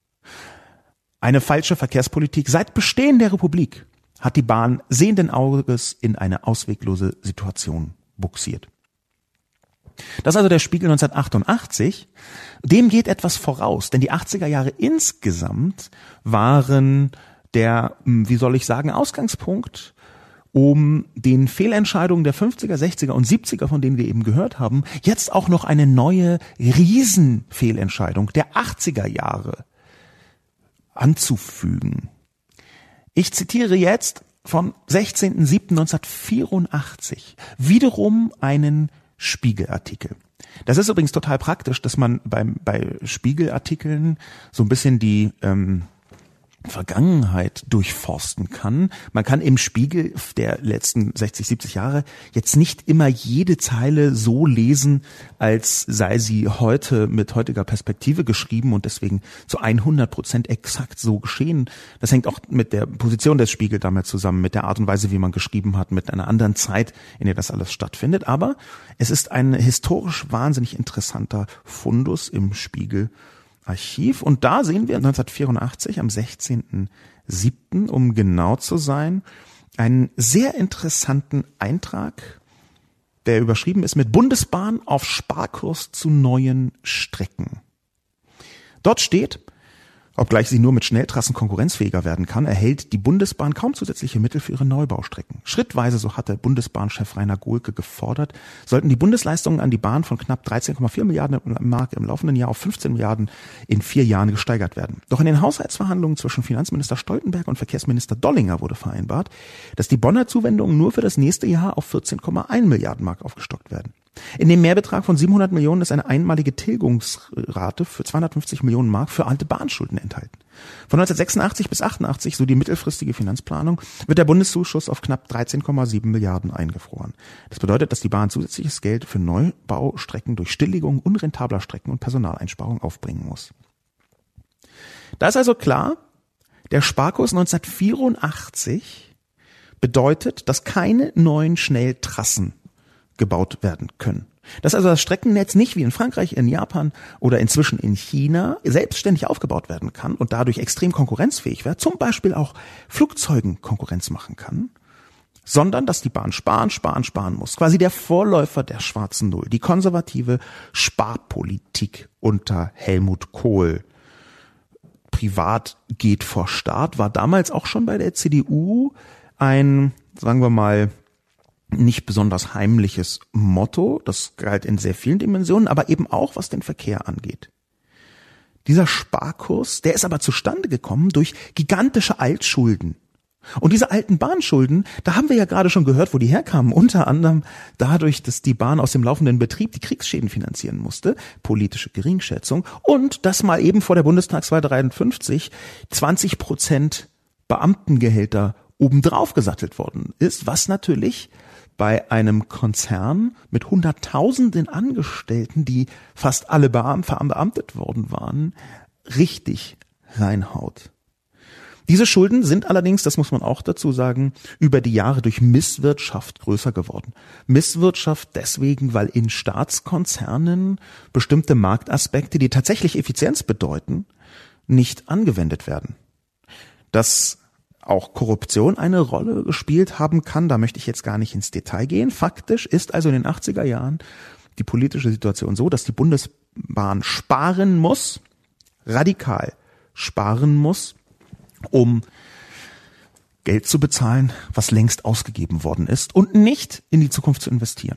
Eine falsche Verkehrspolitik seit Bestehen der Republik hat die Bahn sehenden Auges in eine ausweglose Situation buxiert. Das ist also der Spiegel neunzehnhundertachtundachtzig. Dem geht etwas voraus, denn die achtziger Jahre insgesamt waren der, wie soll ich sagen, Ausgangspunkt, um den Fehlentscheidungen der fünfziger, sechziger und siebziger, von denen wir eben gehört haben, jetzt auch noch eine neue Riesenfehlentscheidung der achtziger Jahre anzufügen. Ich zitiere jetzt vom sechzehnten siebten neunzehnhundertvierundachtzig wiederum einen Spiegelartikel. Das ist übrigens total praktisch, dass man beim, bei Spiegelartikeln so ein bisschen die, ähm, Vergangenheit durchforsten kann. Man kann im Spiegel der letzten sechzig, siebzig Jahre jetzt nicht immer jede Zeile so lesen, als sei sie heute mit heutiger Perspektive geschrieben und deswegen zu hundert Prozent exakt so geschehen. Das hängt auch mit der Position des Spiegel damals zusammen, mit der Art und Weise, wie man geschrieben hat, mit einer anderen Zeit, in der das alles stattfindet. Aber es ist ein historisch wahnsinnig interessanter Fundus im Spiegel Archiv. Und da sehen wir neunzehnhundertvierundachtzig, am sechzehnten siebten, um genau zu sein, einen sehr interessanten Eintrag, der überschrieben ist mit Bundesbahn auf Sparkurs zu neuen Strecken. Dort steht: Obgleich sie nur mit Schnelltrassen konkurrenzfähiger werden kann, erhält die Bundesbahn kaum zusätzliche Mittel für ihre Neubaustrecken. Schrittweise, so hatte Bundesbahnchef Rainer Gohlke gefordert, sollten die Bundesleistungen an die Bahn von knapp dreizehn Komma vier Milliarden Mark im laufenden Jahr auf fünfzehn Milliarden in vier Jahren gesteigert werden. Doch in den Haushaltsverhandlungen zwischen Finanzminister Stoltenberg und Verkehrsminister Dollinger wurde vereinbart, dass die Bonner Zuwendungen nur für das nächste Jahr auf vierzehn Komma eins Milliarden Mark aufgestockt werden. In dem Mehrbetrag von siebenhundert Millionen ist eine einmalige Tilgungsrate für zweihundertfünfzig Millionen Mark für alte Bahnschulden enthalten. Von neunzehnhundertsechsundachtzig bis achtundachtzig, so die mittelfristige Finanzplanung, wird der Bundeszuschuss auf knapp dreizehn Komma sieben Milliarden eingefroren. Das bedeutet, dass die Bahn zusätzliches Geld für Neubaustrecken durch Stilllegung unrentabler Strecken und Personaleinsparung aufbringen muss. Da ist also klar, der Sparkurs neunzehnhundertvierundachtzig bedeutet, dass keine neuen Schnelltrassen gebaut werden können. Dass also das Streckennetz nicht wie in Frankreich, in Japan oder inzwischen in China selbstständig aufgebaut werden kann und dadurch extrem konkurrenzfähig wird, zum Beispiel auch Flugzeugen Konkurrenz machen kann, sondern dass die Bahn sparen, sparen, sparen muss. Quasi der Vorläufer der schwarzen Null, die konservative Sparpolitik unter Helmut Kohl. Privat geht vor Staat war damals auch schon bei der C D U ein, sagen wir mal, nicht besonders heimliches Motto. Das galt in sehr vielen Dimensionen, aber eben auch, was den Verkehr angeht. Dieser Sparkurs, der ist aber zustande gekommen durch gigantische Altschulden. Und diese alten Bahnschulden, da haben wir ja gerade schon gehört, wo die herkamen. Unter anderem dadurch, dass die Bahn aus dem laufenden Betrieb die Kriegsschäden finanzieren musste, politische Geringschätzung, und dass mal eben vor der Bundestagswahl dreiundfünfzig zwanzig Prozent Beamtengehälter obendrauf gesattelt worden ist, was natürlich bei einem Konzern mit Hunderttausenden Angestellten, die fast alle beam- verbeamtet worden waren, richtig reinhaut. Diese Schulden sind allerdings, das muss man auch dazu sagen, über die Jahre durch Misswirtschaft größer geworden. Misswirtschaft deswegen, weil in Staatskonzernen bestimmte Marktaspekte, die tatsächlich Effizienz bedeuten, nicht angewendet werden. Das auch Korruption eine Rolle gespielt haben kann, da möchte ich jetzt gar nicht ins Detail gehen. Faktisch ist also in den achtziger Jahren die politische Situation so, dass die Bundesbahn sparen muss, radikal sparen muss, um Geld zu bezahlen, was längst ausgegeben worden ist und nicht in die Zukunft zu investieren.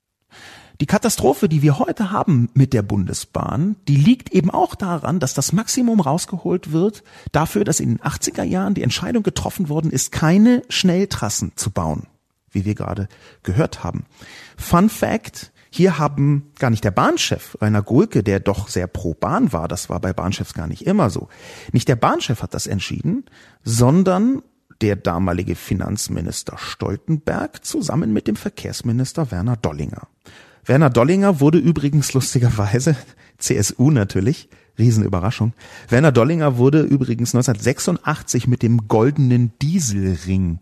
Die Katastrophe, die wir heute haben mit der Bundesbahn, die liegt eben auch daran, dass das Maximum rausgeholt wird dafür, dass in den achtziger Jahren die Entscheidung getroffen worden ist, keine Schnelltrassen zu bauen, wie wir gerade gehört haben. Fun Fact: Hier haben gar nicht der Bahnchef Rainer Gohlke, der doch sehr pro Bahn war, das war bei Bahnchefs gar nicht immer so, nicht der Bahnchef hat das entschieden, sondern der damalige Finanzminister Stoltenberg zusammen mit dem Verkehrsminister Werner Dollinger. Werner Dollinger wurde übrigens lustigerweise, C S U natürlich, Riesenüberraschung, Werner Dollinger wurde übrigens neunzehnhundertsechsundachtzig mit dem Goldenen Dieselring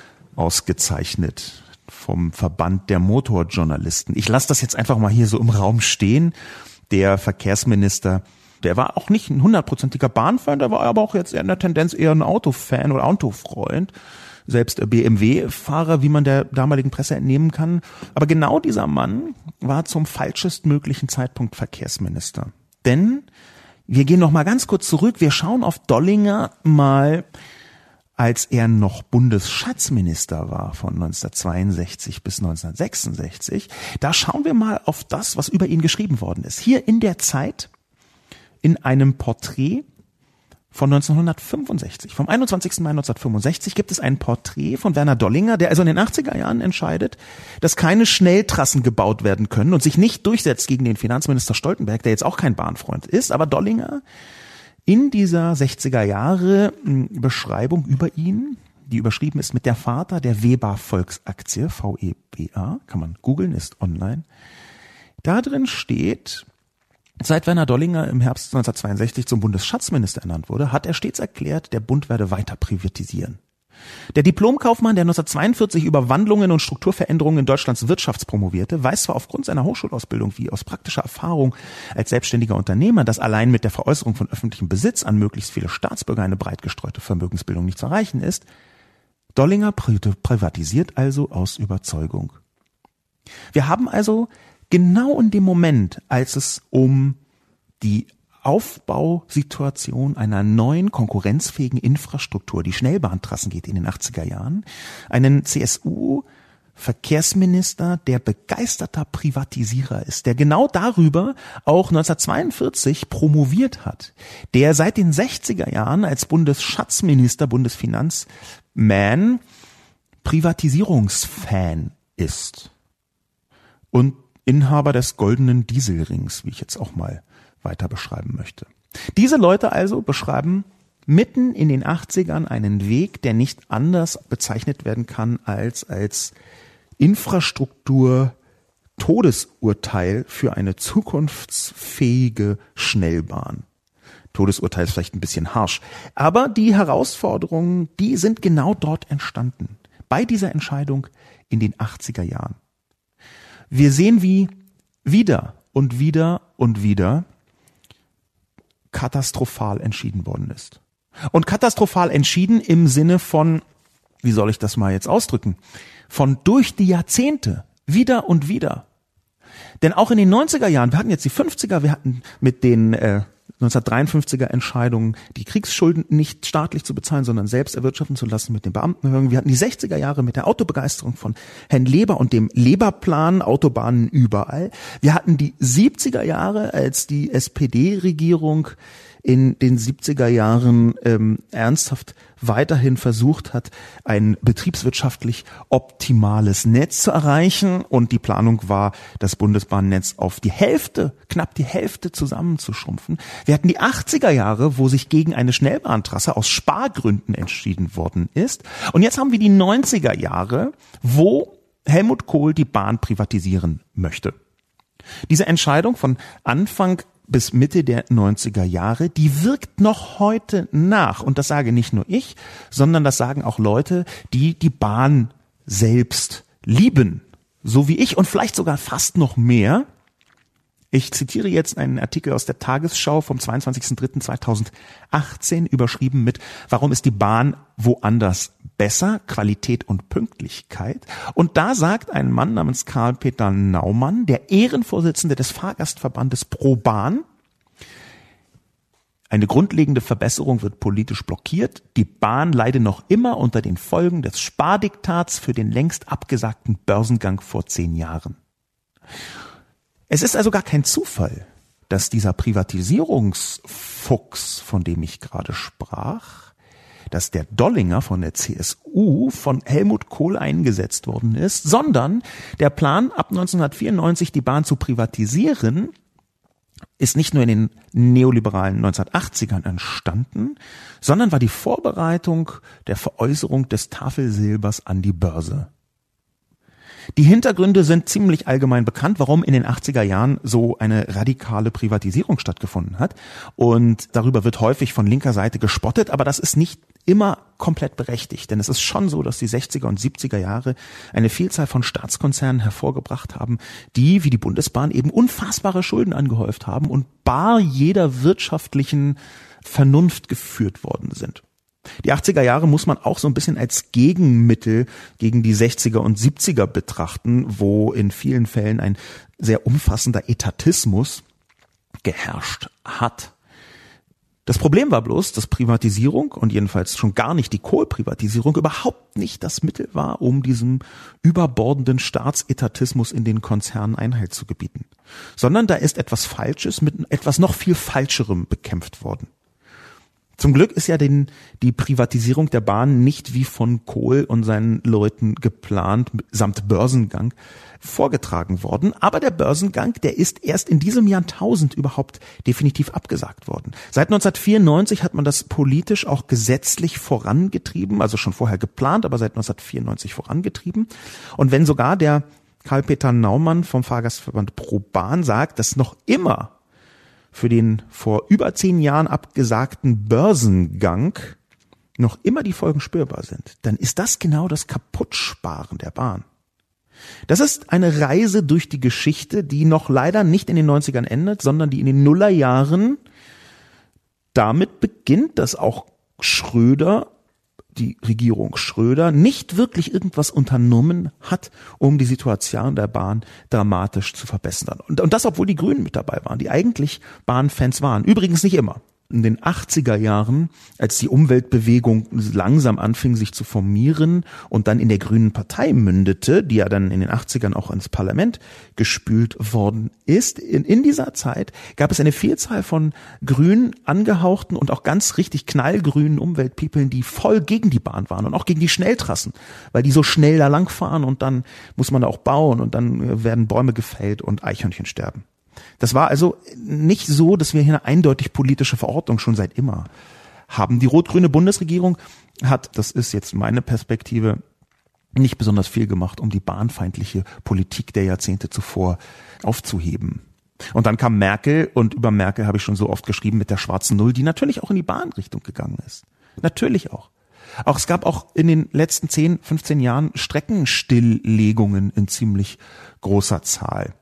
ausgezeichnet vom Verband der Motorjournalisten. Ich lasse das jetzt einfach mal hier so im Raum stehen. Der Verkehrsminister, der war auch nicht ein hundertprozentiger Bahnfan, der war aber auch jetzt in der Tendenz eher ein Autofan oder Autofreund. Selbst B M W-Fahrer, wie man der damaligen Presse entnehmen kann. Aber genau dieser Mann war zum falschestmöglichen Zeitpunkt Verkehrsminister. Denn wir gehen noch mal ganz kurz zurück. Wir schauen auf Dollinger mal, als er noch Bundesschatzminister war von neunzehnhundertzweiundsechzig bis neunzehnhundertsechsundsechzig. Da schauen wir mal auf das, was über ihn geschrieben worden ist. Hier in der Zeit, in einem Porträt von neunzehnhundertfünfundsechzig. Vom einundzwanzigsten Mai neunzehnhundertfünfundsechzig gibt es ein Porträt von Werner Dollinger, der also in den achtziger Jahren entscheidet, dass keine Schnelltrassen gebaut werden können und sich nicht durchsetzt gegen den Finanzminister Stoltenberg, der jetzt auch kein Bahnfreund ist. Aber Dollinger in dieser sechziger Jahre Beschreibung über ihn, die überschrieben ist mit der Vater der Weber Volksaktie, V E B A, kann man googeln, ist online. Da drin steht, seit Werner Dollinger im Herbst neunzehnhundertzweiundsechzig zum Bundesschatzminister ernannt wurde, hat er stets erklärt, der Bund werde weiter privatisieren. Der Diplomkaufmann, der neunzehnhundertzweiundvierzig über Wandlungen und Strukturveränderungen in Deutschlands Wirtschaft promovierte, weiß zwar aufgrund seiner Hochschulausbildung wie aus praktischer Erfahrung als selbstständiger Unternehmer, dass allein mit der Veräußerung von öffentlichem Besitz an möglichst viele Staatsbürger eine breit gestreute Vermögensbildung nicht zu erreichen ist. Dollinger privatisiert also aus Überzeugung. Wir haben also genau in dem Moment, als es um die Aufbausituation einer neuen konkurrenzfähigen Infrastruktur, die Schnellbahntrassen geht in den achtziger Jahren, einen C S U-Verkehrsminister, der begeisterter Privatisierer ist, der genau darüber auch neunzehnhundertzweiundvierzig promoviert hat, der seit den sechziger Jahren als Bundesschatzminister, Bundesfinanzman Privatisierungsfan ist und Inhaber des goldenen Dieselrings, wie ich jetzt auch mal weiter beschreiben möchte. Diese Leute also beschreiben mitten in den achtzigern einen Weg, der nicht anders bezeichnet werden kann als als Infrastruktur Todesurteil für eine zukunftsfähige Schnellbahn. Todesurteil ist vielleicht ein bisschen harsch, aber die Herausforderungen, die sind genau dort entstanden, bei dieser Entscheidung in den achtziger Jahren. Wir sehen, wie wieder und wieder und wieder katastrophal entschieden worden ist. Und katastrophal entschieden im Sinne von, wie soll ich das mal jetzt ausdrücken, von durch die Jahrzehnte, wieder und wieder. Denn auch in den neunziger Jahren, wir hatten jetzt die fünfziger, wir hatten mit den äh, neunzehnhundertdreiundfünfziger Entscheidungen, die Kriegsschulden nicht staatlich zu bezahlen, sondern selbst erwirtschaften zu lassen mit den Beamtenhöhen. Wir hatten die sechziger Jahre mit der Autobegeisterung von Herrn Leber und dem Leberplan, Autobahnen überall. Wir hatten die siebziger Jahre, als die S P D-Regierung in den siebziger Jahren ähm, ernsthaft weiterhin versucht hat, ein betriebswirtschaftlich optimales Netz zu erreichen. Und die Planung war, das Bundesbahnnetz auf die Hälfte, knapp die Hälfte zusammenzuschrumpfen. Wir hatten die achtziger Jahre, wo sich gegen eine Schnellbahntrasse aus Spargründen entschieden worden ist. Und jetzt haben wir die neunziger Jahre, wo Helmut Kohl die Bahn privatisieren möchte. Diese Entscheidung von Anfang bis Mitte der neunziger Jahre, die wirkt noch heute nach. Und das sage nicht nur ich, sondern das sagen auch Leute, die die Bahn selbst lieben. So wie ich und vielleicht sogar fast noch mehr. Ich zitiere jetzt einen Artikel aus der Tagesschau vom zweiundzwanzigsten dritten zweitausendachtzehn, überschrieben mit „Warum ist die Bahn woanders besser? Qualität und Pünktlichkeit?" Und da sagt ein Mann namens Karl-Peter Naumann, der Ehrenvorsitzende des Fahrgastverbandes Pro Bahn: Eine grundlegende Verbesserung wird politisch blockiert. Die Bahn leide noch immer unter den Folgen des Spardiktats für den längst abgesagten Börsengang vor zehn Jahren. Es ist also gar kein Zufall, dass dieser Privatisierungsfuchs, von dem ich gerade sprach, dass der Dollinger von der C S U von Helmut Kohl eingesetzt worden ist, sondern der Plan, ab neunzehnhundertvierundneunzig die Bahn zu privatisieren, ist nicht nur in den neoliberalen neunzehnhundertachtzigern entstanden, sondern war die Vorbereitung der Veräußerung des Tafelsilbers an die Börse. Die Hintergründe sind ziemlich allgemein bekannt, warum in den achtziger Jahren so eine radikale Privatisierung stattgefunden hat. Und darüber wird häufig von linker Seite gespottet, aber das ist nicht immer komplett berechtigt. Denn es ist schon so, dass die sechziger und siebziger Jahre eine Vielzahl von Staatskonzernen hervorgebracht haben, die, wie die Bundesbahn, eben unfassbare Schulden angehäuft haben und bar jeder wirtschaftlichen Vernunft geführt worden sind. Die achtziger Jahre muss man auch so ein bisschen als Gegenmittel gegen die sechziger und siebziger betrachten, wo in vielen Fällen ein sehr umfassender Etatismus geherrscht hat. Das Problem war bloß, dass Privatisierung und jedenfalls schon gar nicht die Kohl-Privatisierung überhaupt nicht das Mittel war, um diesem überbordenden Staatsetatismus in den Konzernen Einhalt zu gebieten, sondern da ist etwas Falsches mit etwas noch viel Falscherem bekämpft worden. Zum Glück ist ja den, die Privatisierung der Bahn nicht wie von Kohl und seinen Leuten geplant, samt Börsengang vorgetragen worden. Aber der Börsengang, der ist erst in diesem Jahrtausend überhaupt definitiv abgesagt worden. Seit neunzehnhundertvierundneunzig hat man das politisch auch gesetzlich vorangetrieben, also schon vorher geplant, aber seit neunzehnhundertvierundneunzig vorangetrieben. Und wenn sogar der Karl-Peter Naumann vom Fahrgastverband ProBahn sagt, dass noch immer für den vor über zehn Jahren abgesagten Börsengang noch immer die Folgen spürbar sind, dann ist das genau das Kaputtsparen der Bahn. Das ist eine Reise durch die Geschichte, die noch leider nicht in den neunzigern endet, sondern die in den Nullerjahren damit beginnt, dass auch Schröder, die Regierung Schröder, nicht wirklich irgendwas unternommen hat, um die Situation der Bahn dramatisch zu verbessern. Und, und das, obwohl die Grünen mit dabei waren, die eigentlich Bahnfans waren. Übrigens nicht immer. In den achtziger Jahren, als die Umweltbewegung langsam anfing, sich zu formieren und dann in der Grünen Partei mündete, die ja dann in den achtzigern auch ins Parlament gespült worden ist, in, in dieser Zeit gab es eine Vielzahl von grün angehauchten und auch ganz richtig knallgrünen Umweltpeoplen, die voll gegen die Bahn waren und auch gegen die Schnelltrassen, weil die so schnell da langfahren und dann muss man da auch bauen und dann werden Bäume gefällt und Eichhörnchen sterben. Das war also nicht so, dass wir hier eine eindeutig politische Verortung schon seit immer haben. Die rot-grüne Bundesregierung hat, das ist jetzt meine Perspektive, nicht besonders viel gemacht, um die bahnfeindliche Politik der Jahrzehnte zuvor aufzuheben. Und dann kam Merkel und über Merkel habe ich schon so oft geschrieben mit der schwarzen Null, die natürlich auch in die Bahnrichtung gegangen ist. Natürlich auch. Auch es gab auch in den letzten zehn, fünfzehn Jahren Streckenstilllegungen in ziemlich großer Zahl.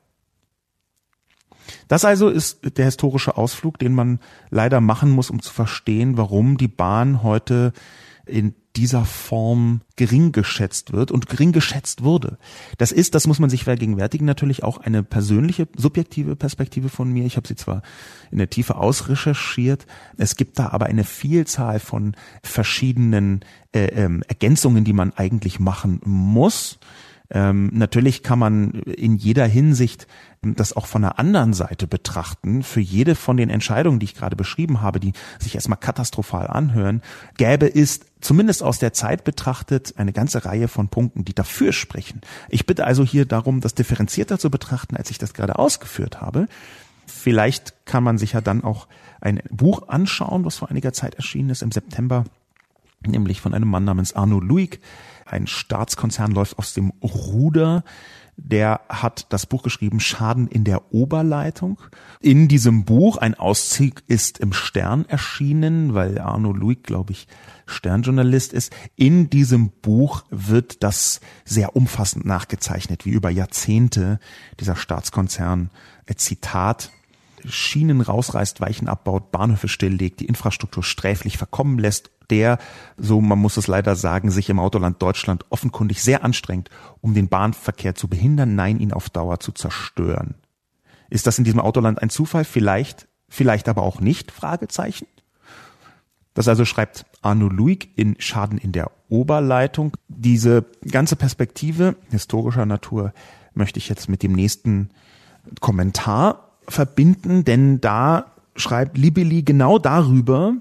Das also ist der historische Ausflug, den man leider machen muss, um zu verstehen, warum die Bahn heute in dieser Form gering geschätzt wird und gering geschätzt wurde. Das ist, das muss man sich vergegenwärtigen, natürlich auch eine persönliche, subjektive Perspektive von mir. Ich habe sie zwar in der Tiefe ausrecherchiert, es gibt da aber eine Vielzahl von verschiedenen äh, ähm, Ergänzungen, die man eigentlich machen muss. Ähm, natürlich kann man in jeder Hinsicht das auch von der anderen Seite betrachten. Für jede von den Entscheidungen, die ich gerade beschrieben habe, die sich erstmal katastrophal anhören, gäbe es zumindest aus der Zeit betrachtet eine ganze Reihe von Punkten, die dafür sprechen. Ich bitte also hier darum, das differenzierter zu betrachten, als ich das gerade ausgeführt habe. Vielleicht kann man sich ja dann auch ein Buch anschauen, was vor einiger Zeit erschienen ist, im September, nämlich von einem Mann namens Arno Luig. Ein Staatskonzern läuft aus dem Ruder. Der hat das Buch geschrieben, Schaden in der Oberleitung. In diesem Buch, ein Auszug ist im Stern erschienen, weil Arno Luig, glaube ich, Sternjournalist ist. In diesem Buch wird das sehr umfassend nachgezeichnet, wie über Jahrzehnte dieser Staatskonzern, Zitat, Schienen rausreißt, Weichen abbaut, Bahnhöfe stilllegt, die Infrastruktur sträflich verkommen lässt, der, so man muss es leider sagen, sich im Autoland Deutschland offenkundig sehr anstrengt, um den Bahnverkehr zu behindern, nein, ihn auf Dauer zu zerstören. Ist das in diesem Autoland ein Zufall? Vielleicht, vielleicht aber auch nicht, Fragezeichen. Das also schreibt Arno Luig in Schaden in der Oberleitung. Diese ganze Perspektive historischer Natur möchte ich jetzt mit dem nächsten Kommentar verbinden, denn da schreibt Libelli genau darüber.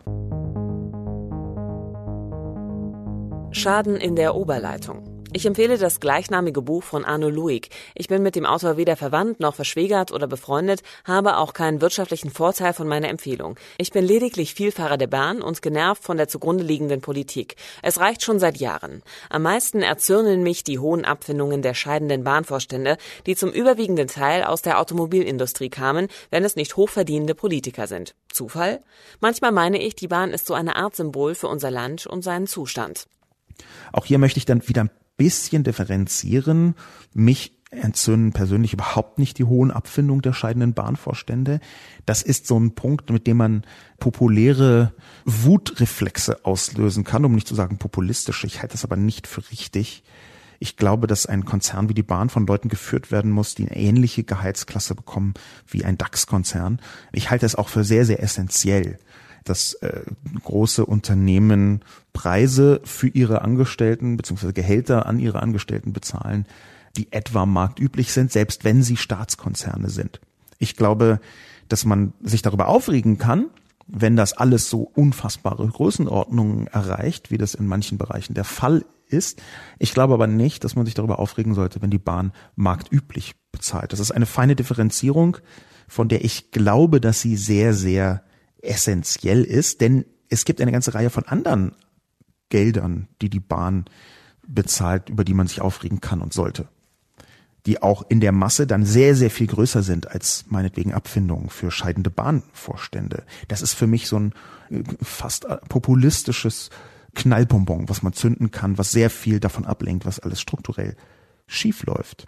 Schaden in der Oberleitung. Ich empfehle das gleichnamige Buch von Arno Luig. Ich bin mit dem Autor weder verwandt noch verschwägert oder befreundet, habe auch keinen wirtschaftlichen Vorteil von meiner Empfehlung. Ich bin lediglich Vielfahrer der Bahn und genervt von der zugrunde liegenden Politik. Es reicht schon seit Jahren. Am meisten erzürnen mich die hohen Abfindungen der scheidenden Bahnvorstände, die zum überwiegenden Teil aus der Automobilindustrie kamen, wenn es nicht hochverdienende Politiker sind. Zufall? Manchmal meine ich, die Bahn ist so eine Art Symbol für unser Land und seinen Zustand. Auch hier möchte ich dann wieder ein bisschen differenzieren. Mich entzünden persönlich überhaupt nicht die hohen Abfindungen der scheidenden Bahnvorstände. Das ist so ein Punkt, mit dem man populäre Wutreflexe auslösen kann, um nicht zu sagen populistisch. Ich halte das aber nicht für richtig. Ich glaube, dass ein Konzern wie die Bahn von Leuten geführt werden muss, die eine ähnliche Gehaltsklasse bekommen wie ein DAX-Konzern. Ich halte es auch für sehr, sehr essentiell, dass äh, große Unternehmen Preise für ihre Angestellten bzw. Gehälter an ihre Angestellten bezahlen, die etwa marktüblich sind, selbst wenn sie Staatskonzerne sind. Ich glaube, dass man sich darüber aufregen kann, wenn das alles so unfassbare Größenordnungen erreicht, wie das in manchen Bereichen der Fall ist. Ich glaube aber nicht, dass man sich darüber aufregen sollte, wenn die Bahn marktüblich bezahlt. Das ist eine feine Differenzierung, von der ich glaube, dass sie sehr, sehr essentiell ist, denn es gibt eine ganze Reihe von anderen Geldern, die die Bahn bezahlt, über die man sich aufregen kann und sollte, die auch in der Masse dann sehr, sehr viel größer sind als meinetwegen Abfindungen für scheidende Bahnvorstände. Das ist für mich so ein fast populistisches Knallbonbon, was man zünden kann, was sehr viel davon ablenkt, was alles strukturell schief läuft.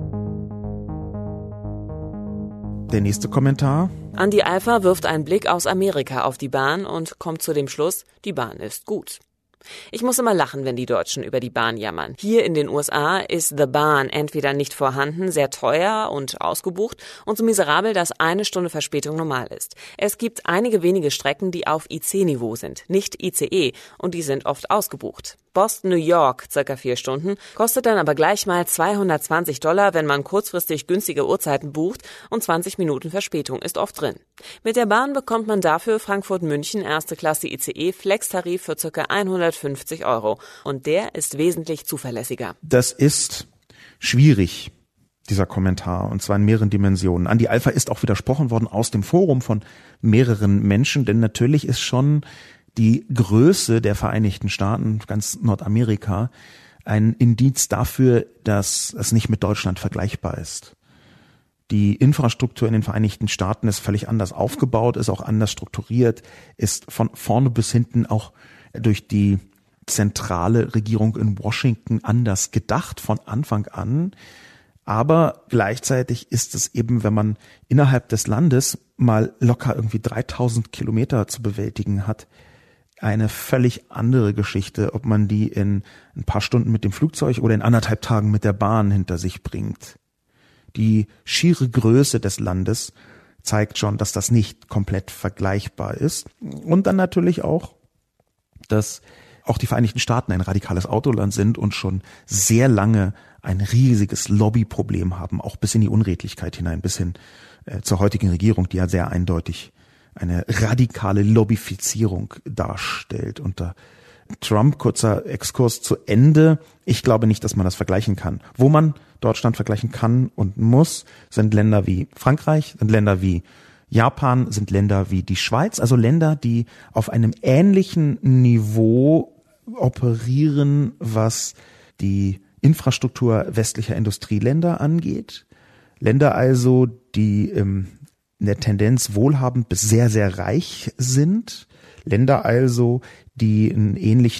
Der nächste Kommentar. Andi Alpha wirft einen Blick aus Amerika auf die Bahn und kommt zu dem Schluss, die Bahn ist gut. Ich muss immer lachen, wenn die Deutschen über die Bahn jammern. Hier in den U S A ist The Bahn entweder nicht vorhanden, sehr teuer und ausgebucht und so miserabel, dass eine Stunde Verspätung normal ist. Es gibt einige wenige Strecken, die auf I C-Niveau sind, nicht I C E, und die sind oft ausgebucht. Boston, New York, circa vier Stunden, kostet dann aber gleich mal zweihundertzwanzig Dollar, wenn man kurzfristig günstige Uhrzeiten bucht, und zwanzig Minuten Verspätung ist oft drin. Mit der Bahn bekommt man dafür Frankfurt-München erste Klasse I C E Flex-Tarif für circa hundertfünfzig Euro. Und der ist wesentlich zuverlässiger. Das ist schwierig, dieser Kommentar, und zwar in mehreren Dimensionen. Andi Alpha ist auch widersprochen worden aus dem Forum von mehreren Menschen, denn natürlich ist schon die Größe der Vereinigten Staaten, ganz Nordamerika, ein Indiz dafür, dass es nicht mit Deutschland vergleichbar ist. Die Infrastruktur in den Vereinigten Staaten ist völlig anders aufgebaut, ist auch anders strukturiert, ist von vorne bis hinten auch durch die zentrale Regierung in Washington anders gedacht von Anfang an. Aber gleichzeitig ist es eben, wenn man innerhalb des Landes mal locker irgendwie dreitausend Kilometer zu bewältigen hat, eine völlig andere Geschichte, ob man die in ein paar Stunden mit dem Flugzeug oder in anderthalb Tagen mit der Bahn hinter sich bringt. Die schiere Größe des Landes zeigt schon, dass das nicht komplett vergleichbar ist. Und dann natürlich auch, dass auch die Vereinigten Staaten ein radikales Autoland sind und schon sehr lange ein riesiges Lobbyproblem haben, auch bis in die Unredlichkeit hinein, bis hin äh, zur heutigen Regierung, die ja sehr eindeutig eine radikale Lobbyfizierung darstellt. Unter Trump, kurzer Exkurs zu Ende. Ich glaube nicht, dass man das vergleichen kann. Wo man Deutschland vergleichen kann und muss, sind Länder wie Frankreich, sind Länder wie Japan, sind Länder wie die Schweiz, also Länder, die auf einem ähnlichen Niveau operieren, was die Infrastruktur westlicher Industrieländer angeht. Länder also, die ähm, in der Tendenz wohlhabend bis sehr, sehr reich sind. Länder also, die einen ähnlichen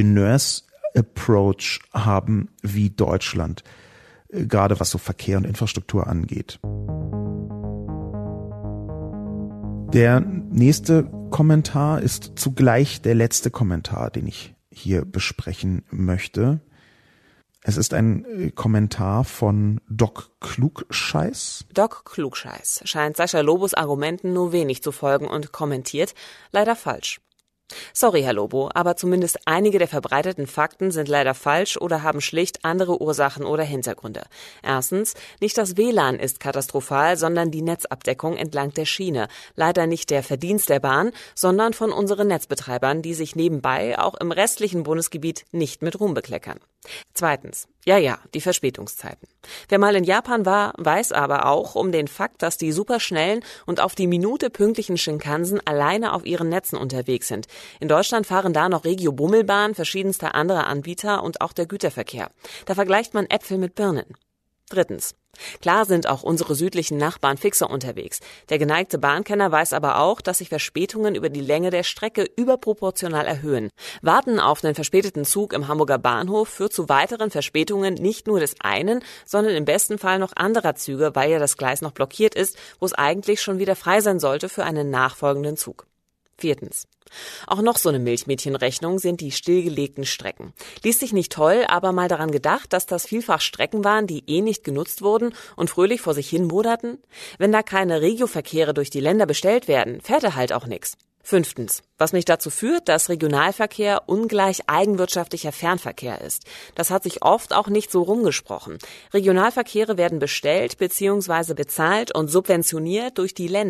Ingenieurs-Approach haben wie Deutschland, gerade was so Verkehr und Infrastruktur angeht. Der nächste Kommentar ist zugleich der letzte Kommentar, den ich hier besprechen möchte. Es ist ein Kommentar von Doc Klugscheiß. Doc Klugscheiß scheint Sascha Lobos Argumenten nur wenig zu folgen und kommentiert, leider falsch. Sorry, Herr Lobo, aber zumindest einige der verbreiteten Fakten sind leider falsch oder haben schlicht andere Ursachen oder Hintergründe. Erstens, nicht das W L A N ist katastrophal, sondern die Netzabdeckung entlang der Schiene. Leider nicht der Verdienst der Bahn, sondern von unseren Netzbetreibern, die sich nebenbei auch im restlichen Bundesgebiet nicht mit Ruhm bekleckern. Zweitens, ja, ja, die Verspätungszeiten. Wer mal in Japan war, weiß aber auch um den Fakt, dass die superschnellen und auf die Minute pünktlichen Shinkansen alleine auf ihren Netzen unterwegs sind. In Deutschland fahren da noch Regio-Bummelbahn, verschiedenster anderer Anbieter und auch der Güterverkehr. Da vergleicht man Äpfel mit Birnen. Drittens. Klar sind auch unsere südlichen Nachbarn fixer unterwegs. Der geneigte Bahnkenner weiß aber auch, dass sich Verspätungen über die Länge der Strecke überproportional erhöhen. Warten auf einen verspäteten Zug im Hamburger Bahnhof führt zu weiteren Verspätungen nicht nur des einen, sondern im besten Fall noch anderer Züge, weil ja das Gleis noch blockiert ist, wo es eigentlich schon wieder frei sein sollte für einen nachfolgenden Zug. Viertens. Auch noch so eine Milchmädchenrechnung sind die stillgelegten Strecken. Liest sich nicht toll, aber mal daran gedacht, dass das vielfach Strecken waren, die eh nicht genutzt wurden und fröhlich vor sich hin moderten? Wenn da keine Regioverkehre durch die Länder bestellt werden, fährt er halt auch nix. Fünftens. Was mich dazu führt, dass Regionalverkehr ungleich eigenwirtschaftlicher Fernverkehr ist. Das hat sich oft auch nicht so rumgesprochen. Regionalverkehre werden bestellt bzw. bezahlt und subventioniert durch die Länder.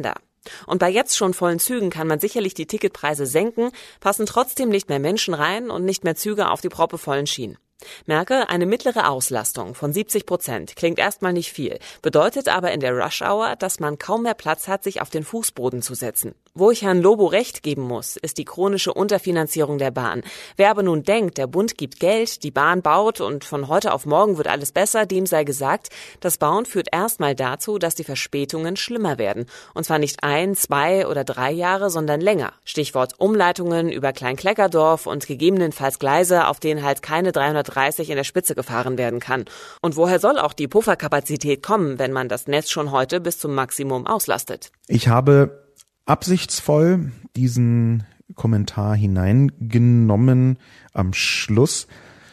Und bei jetzt schon vollen Zügen kann man sicherlich die Ticketpreise senken, passen trotzdem nicht mehr Menschen rein und nicht mehr Züge auf die proppevollen Schienen. Merke, eine mittlere Auslastung von siebzig Prozent klingt erstmal nicht viel, bedeutet aber in der Rush-Hour, dass man kaum mehr Platz hat, sich auf den Fußboden zu setzen. Wo ich Herrn Lobo recht geben muss, ist die chronische Unterfinanzierung der Bahn. Wer aber nun denkt, der Bund gibt Geld, die Bahn baut und von heute auf morgen wird alles besser, dem sei gesagt, das Bauen führt erstmal dazu, dass die Verspätungen schlimmer werden. Und zwar nicht ein, zwei oder drei Jahre, sondern länger. Stichwort Umleitungen über Kleinkleckerdorf und gegebenenfalls Gleise, auf denen halt keine dreihundertdreißig in der Spitze gefahren werden kann. Und woher soll auch die Pufferkapazität kommen, wenn man das Netz schon heute bis zum Maximum auslastet? Ich habe absichtsvoll diesen Kommentar hineingenommen am Schluss,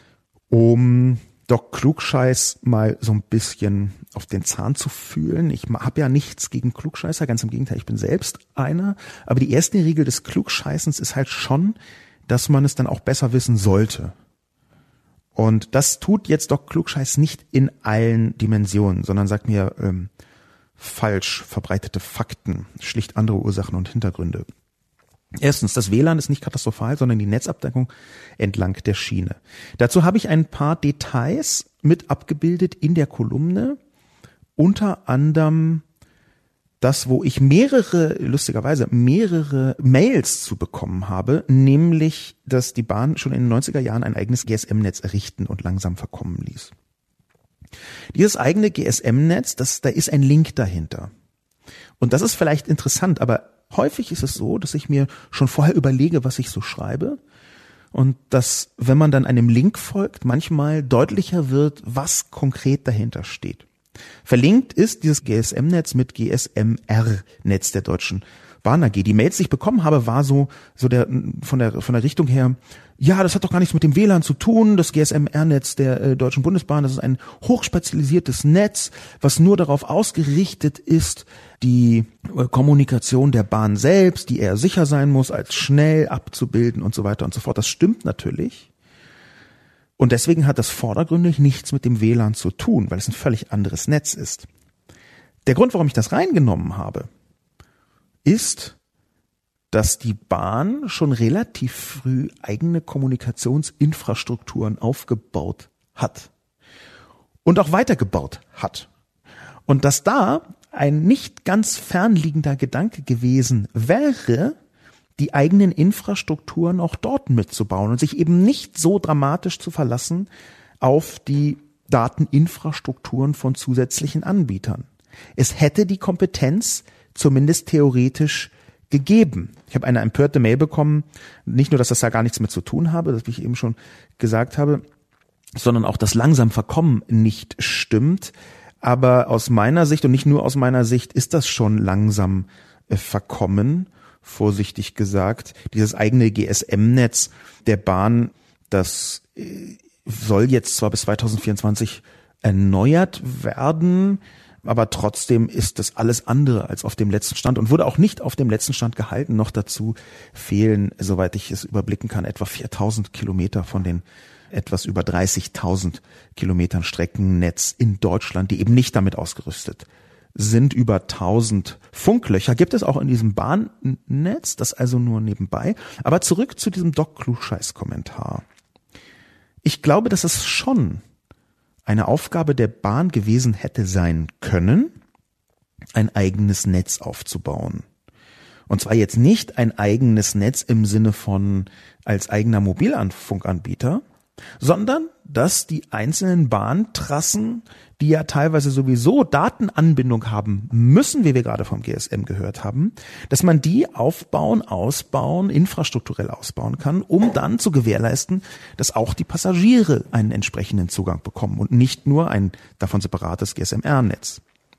um Doc Klugscheiß mal so ein bisschen auf den Zahn zu fühlen. Ich habe ja nichts gegen Klugscheißer, ganz im Gegenteil, ich bin selbst einer. Aber die erste Regel des Klugscheißens ist halt schon, dass man es dann auch besser wissen sollte. Und das tut jetzt Doc Klugscheiß nicht in allen Dimensionen, sondern sagt mir, ähm, falsch verbreitete Fakten, schlicht andere Ursachen und Hintergründe. Erstens, das W L A N ist nicht katastrophal, sondern die Netzabdeckung entlang der Schiene. Dazu habe ich ein paar Details mit abgebildet in der Kolumne, unter anderem das, wo ich mehrere, lustigerweise mehrere Mails zu bekommen habe, nämlich, dass die Bahn schon in den neunziger Jahren ein eigenes G S M-Netz errichten und langsam verkommen ließ. Dieses eigene G S M-Netz, das, da ist ein Link dahinter. Und das ist vielleicht interessant, aber häufig ist es so, dass ich mir schon vorher überlege, was ich so schreibe. Und dass, wenn man dann einem Link folgt, manchmal deutlicher wird, was konkret dahinter steht. Verlinkt ist dieses G S M-Netz mit G S M R-Netz der Deutschen Bahn A G. Die Mails, die ich bekommen habe, war so, so der, von der, von der Richtung her, ja, das hat doch gar nichts mit dem W L A N zu tun, das G S M R-Netz der äh, Deutschen Bundesbahn, das ist ein hochspezialisiertes Netz, was nur darauf ausgerichtet ist, die äh, Kommunikation der Bahn selbst, die eher sicher sein muss, als schnell abzubilden und so weiter und so fort. Das stimmt natürlich. Und deswegen hat das vordergründig nichts mit dem W L A N zu tun, weil es ein völlig anderes Netz ist. Der Grund, warum ich das reingenommen habe, ist, dass die Bahn schon relativ früh eigene Kommunikationsinfrastrukturen aufgebaut hat und auch weitergebaut hat. Und dass da ein nicht ganz fernliegender Gedanke gewesen wäre, die eigenen Infrastrukturen auch dort mitzubauen und sich eben nicht so dramatisch zu verlassen auf die Dateninfrastrukturen von zusätzlichen Anbietern. Es hätte die Kompetenz zumindest theoretisch gegeben. Ich habe eine empörte Mail bekommen, nicht nur, dass das da gar nichts mit zu tun habe, das wie ich eben schon gesagt habe, sondern auch das langsam Verkommen nicht stimmt. Aber aus meiner Sicht und nicht nur aus meiner Sicht ist das schon langsam äh, verkommen, vorsichtig gesagt. Dieses eigene G S M-Netz der Bahn, das äh, soll jetzt zwar bis zwanzig vierundzwanzig erneuert werden, aber trotzdem ist das alles andere als auf dem letzten Stand und wurde auch nicht auf dem letzten Stand gehalten. Noch dazu fehlen, soweit ich es überblicken kann, etwa viertausend Kilometer von den etwas über dreißigtausend Kilometern Streckennetz in Deutschland, die eben nicht damit ausgerüstet sind. Über tausend Funklöcher gibt es auch in diesem Bahnnetz, das also nur nebenbei. Aber zurück zu diesem Doc Klugscheiß-Kommentar. Ich glaube, dass es schon eine Aufgabe der Bahn gewesen hätte sein können, ein eigenes Netz aufzubauen. Und zwar jetzt nicht ein eigenes Netz im Sinne von als eigener Mobilfunkanbieter, sondern dass die einzelnen Bahntrassen, die ja teilweise sowieso Datenanbindung haben müssen, wie wir gerade vom G S M gehört haben, dass man die aufbauen, ausbauen, infrastrukturell ausbauen kann, um dann zu gewährleisten, dass auch die Passagiere einen entsprechenden Zugang bekommen und nicht nur ein davon separates G S M R-Netz.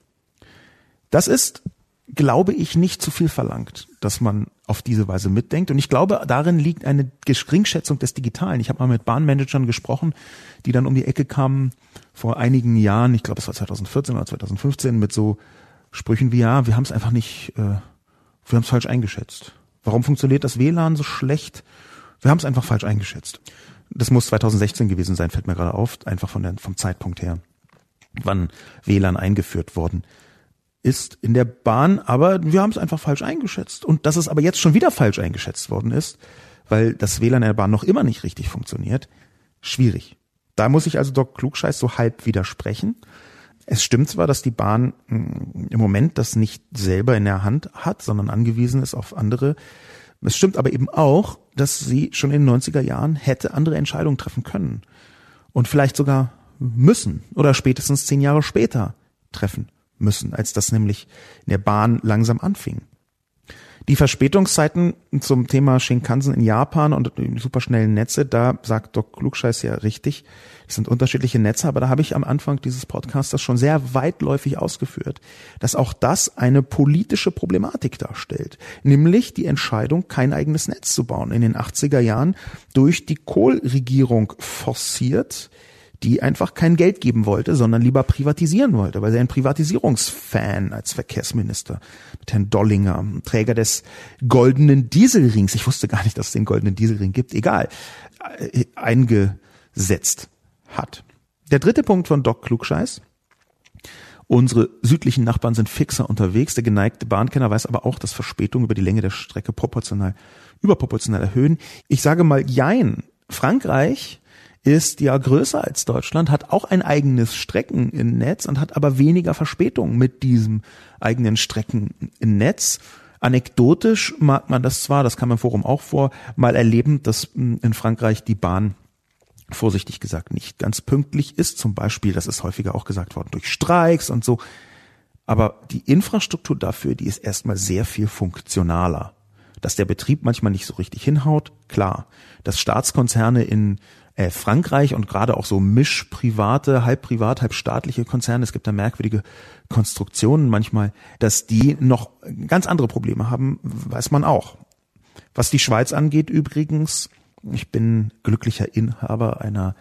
Das ist, glaube ich, nicht zu viel verlangt, dass man auf diese Weise mitdenkt. Und ich glaube, darin liegt eine Geringschätzung des Digitalen. Ich habe mal mit Bahnmanagern gesprochen, die dann um die Ecke kamen vor einigen Jahren, ich glaube es war zwanzig vierzehn oder zwanzig fünfzehn, mit so Sprüchen wie, ja, wir haben es einfach nicht, äh, wir haben es falsch eingeschätzt. Warum funktioniert das W L A N so schlecht? Wir haben es einfach falsch eingeschätzt. Das muss zwanzig sechzehn gewesen sein, fällt mir gerade auf, einfach von der, vom Zeitpunkt her, wann W L A N eingeführt worden ist in der Bahn, aber wir haben es einfach falsch eingeschätzt. Und dass es aber jetzt schon wieder falsch eingeschätzt worden ist, weil das W L A N in der Bahn noch immer nicht richtig funktioniert, schwierig. Da muss ich also Doc Klugscheiß so halb widersprechen. Es stimmt zwar, dass die Bahn im Moment das nicht selber in der Hand hat, sondern angewiesen ist auf andere. Es stimmt aber eben auch, dass sie schon in den neunziger Jahren hätte andere Entscheidungen treffen können und vielleicht sogar müssen oder spätestens zehn Jahre später treffen müssen, als das nämlich in der Bahn langsam anfing. Die Verspätungszeiten zum Thema Shinkansen in Japan und die superschnellen Netze, da sagt Doc Klugscheiß ja richtig, es sind unterschiedliche Netze, aber da habe ich am Anfang dieses Podcasts schon sehr weitläufig ausgeführt, dass auch das eine politische Problematik darstellt, nämlich die Entscheidung, kein eigenes Netz zu bauen, in den achtziger Jahren durch die Kohl-Regierung forciert, die einfach kein Geld geben wollte, sondern lieber privatisieren wollte, weil sie ein Privatisierungsfan als Verkehrsminister mit Herrn Dollinger, Träger des goldenen Dieselrings, ich wusste gar nicht, dass es den goldenen Dieselring gibt, egal, eingesetzt hat. Der dritte Punkt von Doc Klugscheiß: Unsere südlichen Nachbarn sind fixer unterwegs. Der geneigte Bahnkenner weiß aber auch, dass Verspätungen über die Länge der Strecke proportional, überproportional erhöhen. Ich sage mal jein. Frankreich ist ja größer als Deutschland, hat auch ein eigenes Streckennetz und hat aber weniger Verspätungen mit diesem eigenen Streckennetz. Anekdotisch mag man das zwar, das kam im Forum auch vor, mal erleben, dass in Frankreich die Bahn, vorsichtig gesagt, nicht ganz pünktlich ist. Zum Beispiel, das ist häufiger auch gesagt worden, durch Streiks und so. Aber die Infrastruktur dafür, die ist erstmal sehr viel funktionaler. Dass der Betrieb manchmal nicht so richtig hinhaut, klar. Dass Staatskonzerne in äh, Frankreich und gerade auch so mischprivate, halb privat, halb staatliche Konzerne, es gibt da merkwürdige Konstruktionen manchmal, dass die noch ganz andere Probleme haben, weiß man auch. Was die Schweiz angeht übrigens, ich bin glücklicher Inhaber einer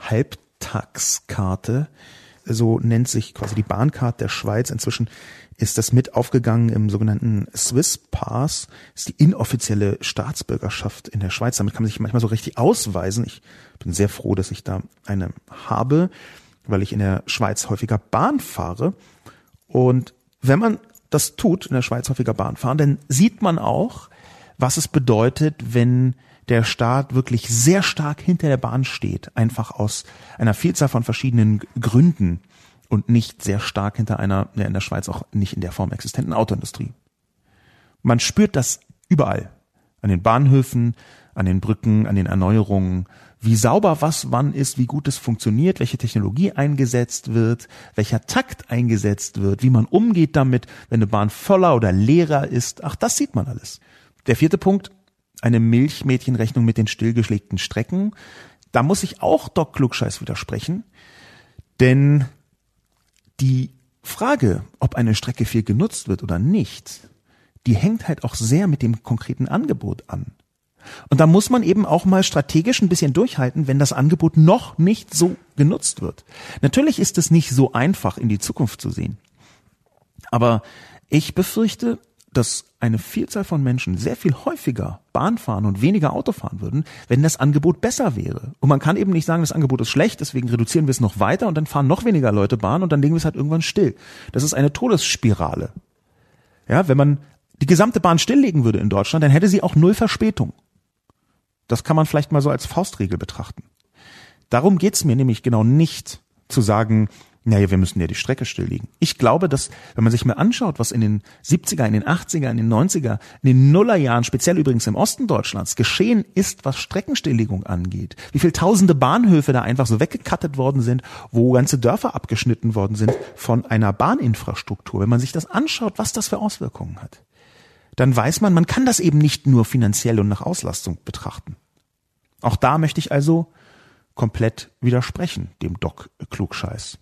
Halbtagskarte, so nennt sich quasi die Bahncard der Schweiz. Inzwischen ist das mit aufgegangen im sogenannten Swiss Pass, das ist die inoffizielle Staatsbürgerschaft in der Schweiz. Damit kann man sich manchmal so richtig ausweisen. Ich bin sehr froh, dass ich da eine habe, weil ich in der Schweiz häufiger Bahn fahre. Und wenn man das tut, in der Schweiz häufiger Bahn fahren, dann sieht man auch, was es bedeutet, wenn der Staat wirklich sehr stark hinter der Bahn steht, einfach aus einer Vielzahl von verschiedenen Gründen und nicht sehr stark hinter einer, ja, in der Schweiz auch nicht in der Form existenten Autoindustrie. Man spürt das überall, an den Bahnhöfen, an den Brücken, an den Erneuerungen, wie sauber was wann ist, wie gut es funktioniert, welche Technologie eingesetzt wird, welcher Takt eingesetzt wird, wie man umgeht damit, wenn eine Bahn voller oder leerer ist. Ach, das sieht man alles. Der vierte Punkt: eine Milchmädchenrechnung mit den stillgelegten Strecken. Da muss ich auch Doc Klugscheiß widersprechen, denn die Frage, ob eine Strecke viel genutzt wird oder nicht, die hängt halt auch sehr mit dem konkreten Angebot an. Und da muss man eben auch mal strategisch ein bisschen durchhalten, wenn das Angebot noch nicht so genutzt wird. Natürlich ist es nicht so einfach, in die Zukunft zu sehen. Aber ich befürchte, dass eine Vielzahl von Menschen sehr viel häufiger Bahn fahren und weniger Auto fahren würden, wenn das Angebot besser wäre. Und man kann eben nicht sagen, das Angebot ist schlecht, deswegen reduzieren wir es noch weiter und dann fahren noch weniger Leute Bahn und dann legen wir es halt irgendwann still. Das ist eine Todesspirale. Ja, wenn man die gesamte Bahn stilllegen würde in Deutschland, dann hätte sie auch null Verspätung. Das kann man vielleicht mal so als Faustregel betrachten. Darum geht's mir nämlich genau nicht, zu sagen, naja, wir müssen ja die Strecke stilllegen. Ich glaube, dass, wenn man sich mal anschaut, was in den siebziger, in den achtziger, in den neunziger, in den Nullerjahren, speziell übrigens im Osten Deutschlands, geschehen ist, was Streckenstilllegung angeht, wie viel tausende Bahnhöfe da einfach so weggekattet worden sind, wo ganze Dörfer abgeschnitten worden sind von einer Bahninfrastruktur. Wenn man sich das anschaut, was das für Auswirkungen hat, dann weiß man, man kann das eben nicht nur finanziell und nach Auslastung betrachten. Auch da möchte ich also komplett widersprechen, dem Doc Klugscheiß.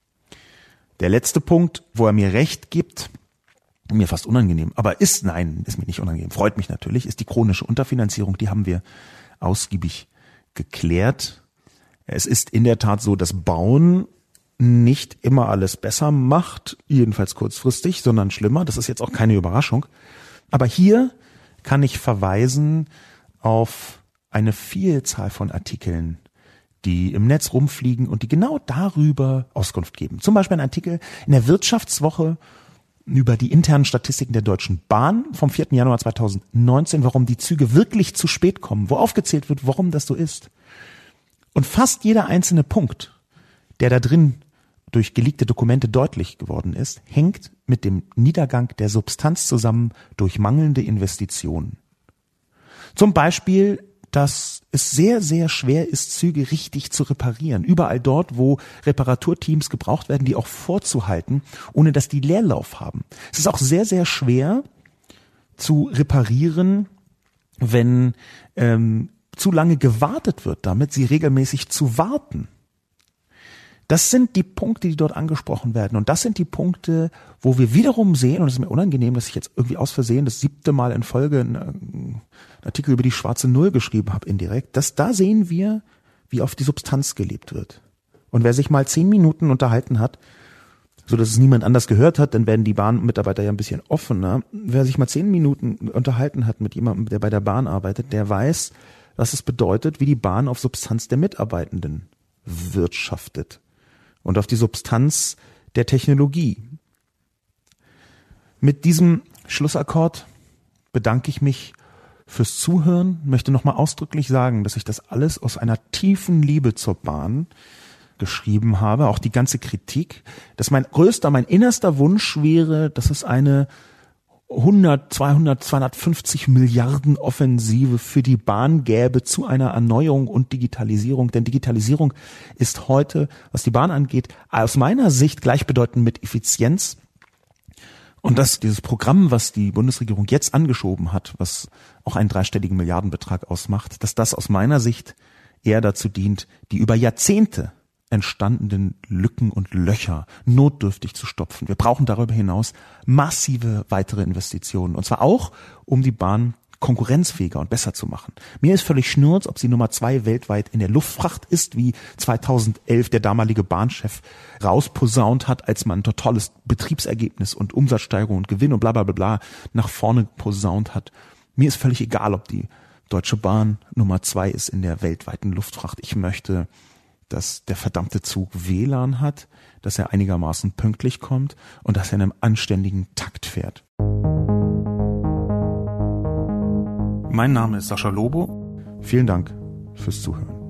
Der letzte Punkt, wo er mir recht gibt, mir fast unangenehm, aber ist, nein, ist mir nicht unangenehm, freut mich natürlich, ist die chronische Unterfinanzierung, die haben wir ausgiebig geklärt. Es ist in der Tat so, dass Bauen nicht immer alles besser macht, jedenfalls kurzfristig, sondern schlimmer, das ist jetzt auch keine Überraschung. Aber hier kann ich verweisen auf eine Vielzahl von Artikeln, die im Netz rumfliegen und die genau darüber Auskunft geben. Zum Beispiel ein Artikel in der Wirtschaftswoche über die internen Statistiken der Deutschen Bahn vom vierten Januar zweitausendneunzehn, warum die Züge wirklich zu spät kommen, wo aufgezählt wird, warum das so ist. Und fast jeder einzelne Punkt, der da drin durch geleakte Dokumente deutlich geworden ist, hängt mit dem Niedergang der Substanz zusammen durch mangelnde Investitionen. Zum Beispiel, dass es sehr, sehr schwer ist, Züge richtig zu reparieren. Überall dort, wo Reparaturteams gebraucht werden, die auch vorzuhalten, ohne dass die Leerlauf haben. Es ist auch sehr, sehr schwer zu reparieren, wenn ähm, zu lange gewartet wird damit, sie regelmäßig zu warten. Das sind die Punkte, die dort angesprochen werden. Und das sind die Punkte, wo wir wiederum sehen, und es ist mir unangenehm, dass ich jetzt irgendwie aus Versehen das siebte Mal in Folge einen Artikel über die schwarze Null geschrieben habe, indirekt, dass da sehen wir, wie auf die Substanz gelebt wird. Und wer sich mal zehn Minuten unterhalten hat, so dass es niemand anders gehört hat, dann werden die Bahnmitarbeiter ja ein bisschen offener. Wer sich mal zehn Minuten unterhalten hat mit jemandem, der bei der Bahn arbeitet, der weiß, was es bedeutet, wie die Bahn auf Substanz der Mitarbeitenden wirtschaftet. Und auf die Substanz der Technologie. Mit diesem Schlussakkord bedanke ich mich fürs Zuhören, möchte nochmal ausdrücklich sagen, dass ich das alles aus einer tiefen Liebe zur Bahn geschrieben habe, auch die ganze Kritik, dass mein größter, mein innerster Wunsch wäre, dass es eine hundert, zweihundert, zweihundertfünfzig Milliarden Offensive für die Bahn gäbe zu einer Erneuerung und Digitalisierung. Denn Digitalisierung ist heute, was die Bahn angeht, aus meiner Sicht gleichbedeutend mit Effizienz. Und dass dieses Programm, was die Bundesregierung jetzt angeschoben hat, was auch einen dreistelligen Milliardenbetrag ausmacht, dass das aus meiner Sicht eher dazu dient, die über Jahrzehnte entstandenen Lücken und Löcher notdürftig zu stopfen. Wir brauchen darüber hinaus massive weitere Investitionen. Und zwar auch, um die Bahn konkurrenzfähiger und besser zu machen. Mir ist völlig schnurz, ob sie Nummer zwei weltweit in der Luftfracht ist, wie zweitausendelf der damalige Bahnchef rausposaunt hat, als man ein tolles Betriebsergebnis und Umsatzsteigerung und Gewinn und bla bla bla bla nach vorne posaunt hat. Mir ist völlig egal, ob die Deutsche Bahn Nummer zwei ist in der weltweiten Luftfracht. Ich möchte, dass der verdammte Zug W L A N hat, dass er einigermaßen pünktlich kommt und dass er in einem anständigen Takt fährt. Mein Name ist Sascha Lobo. Vielen Dank fürs Zuhören.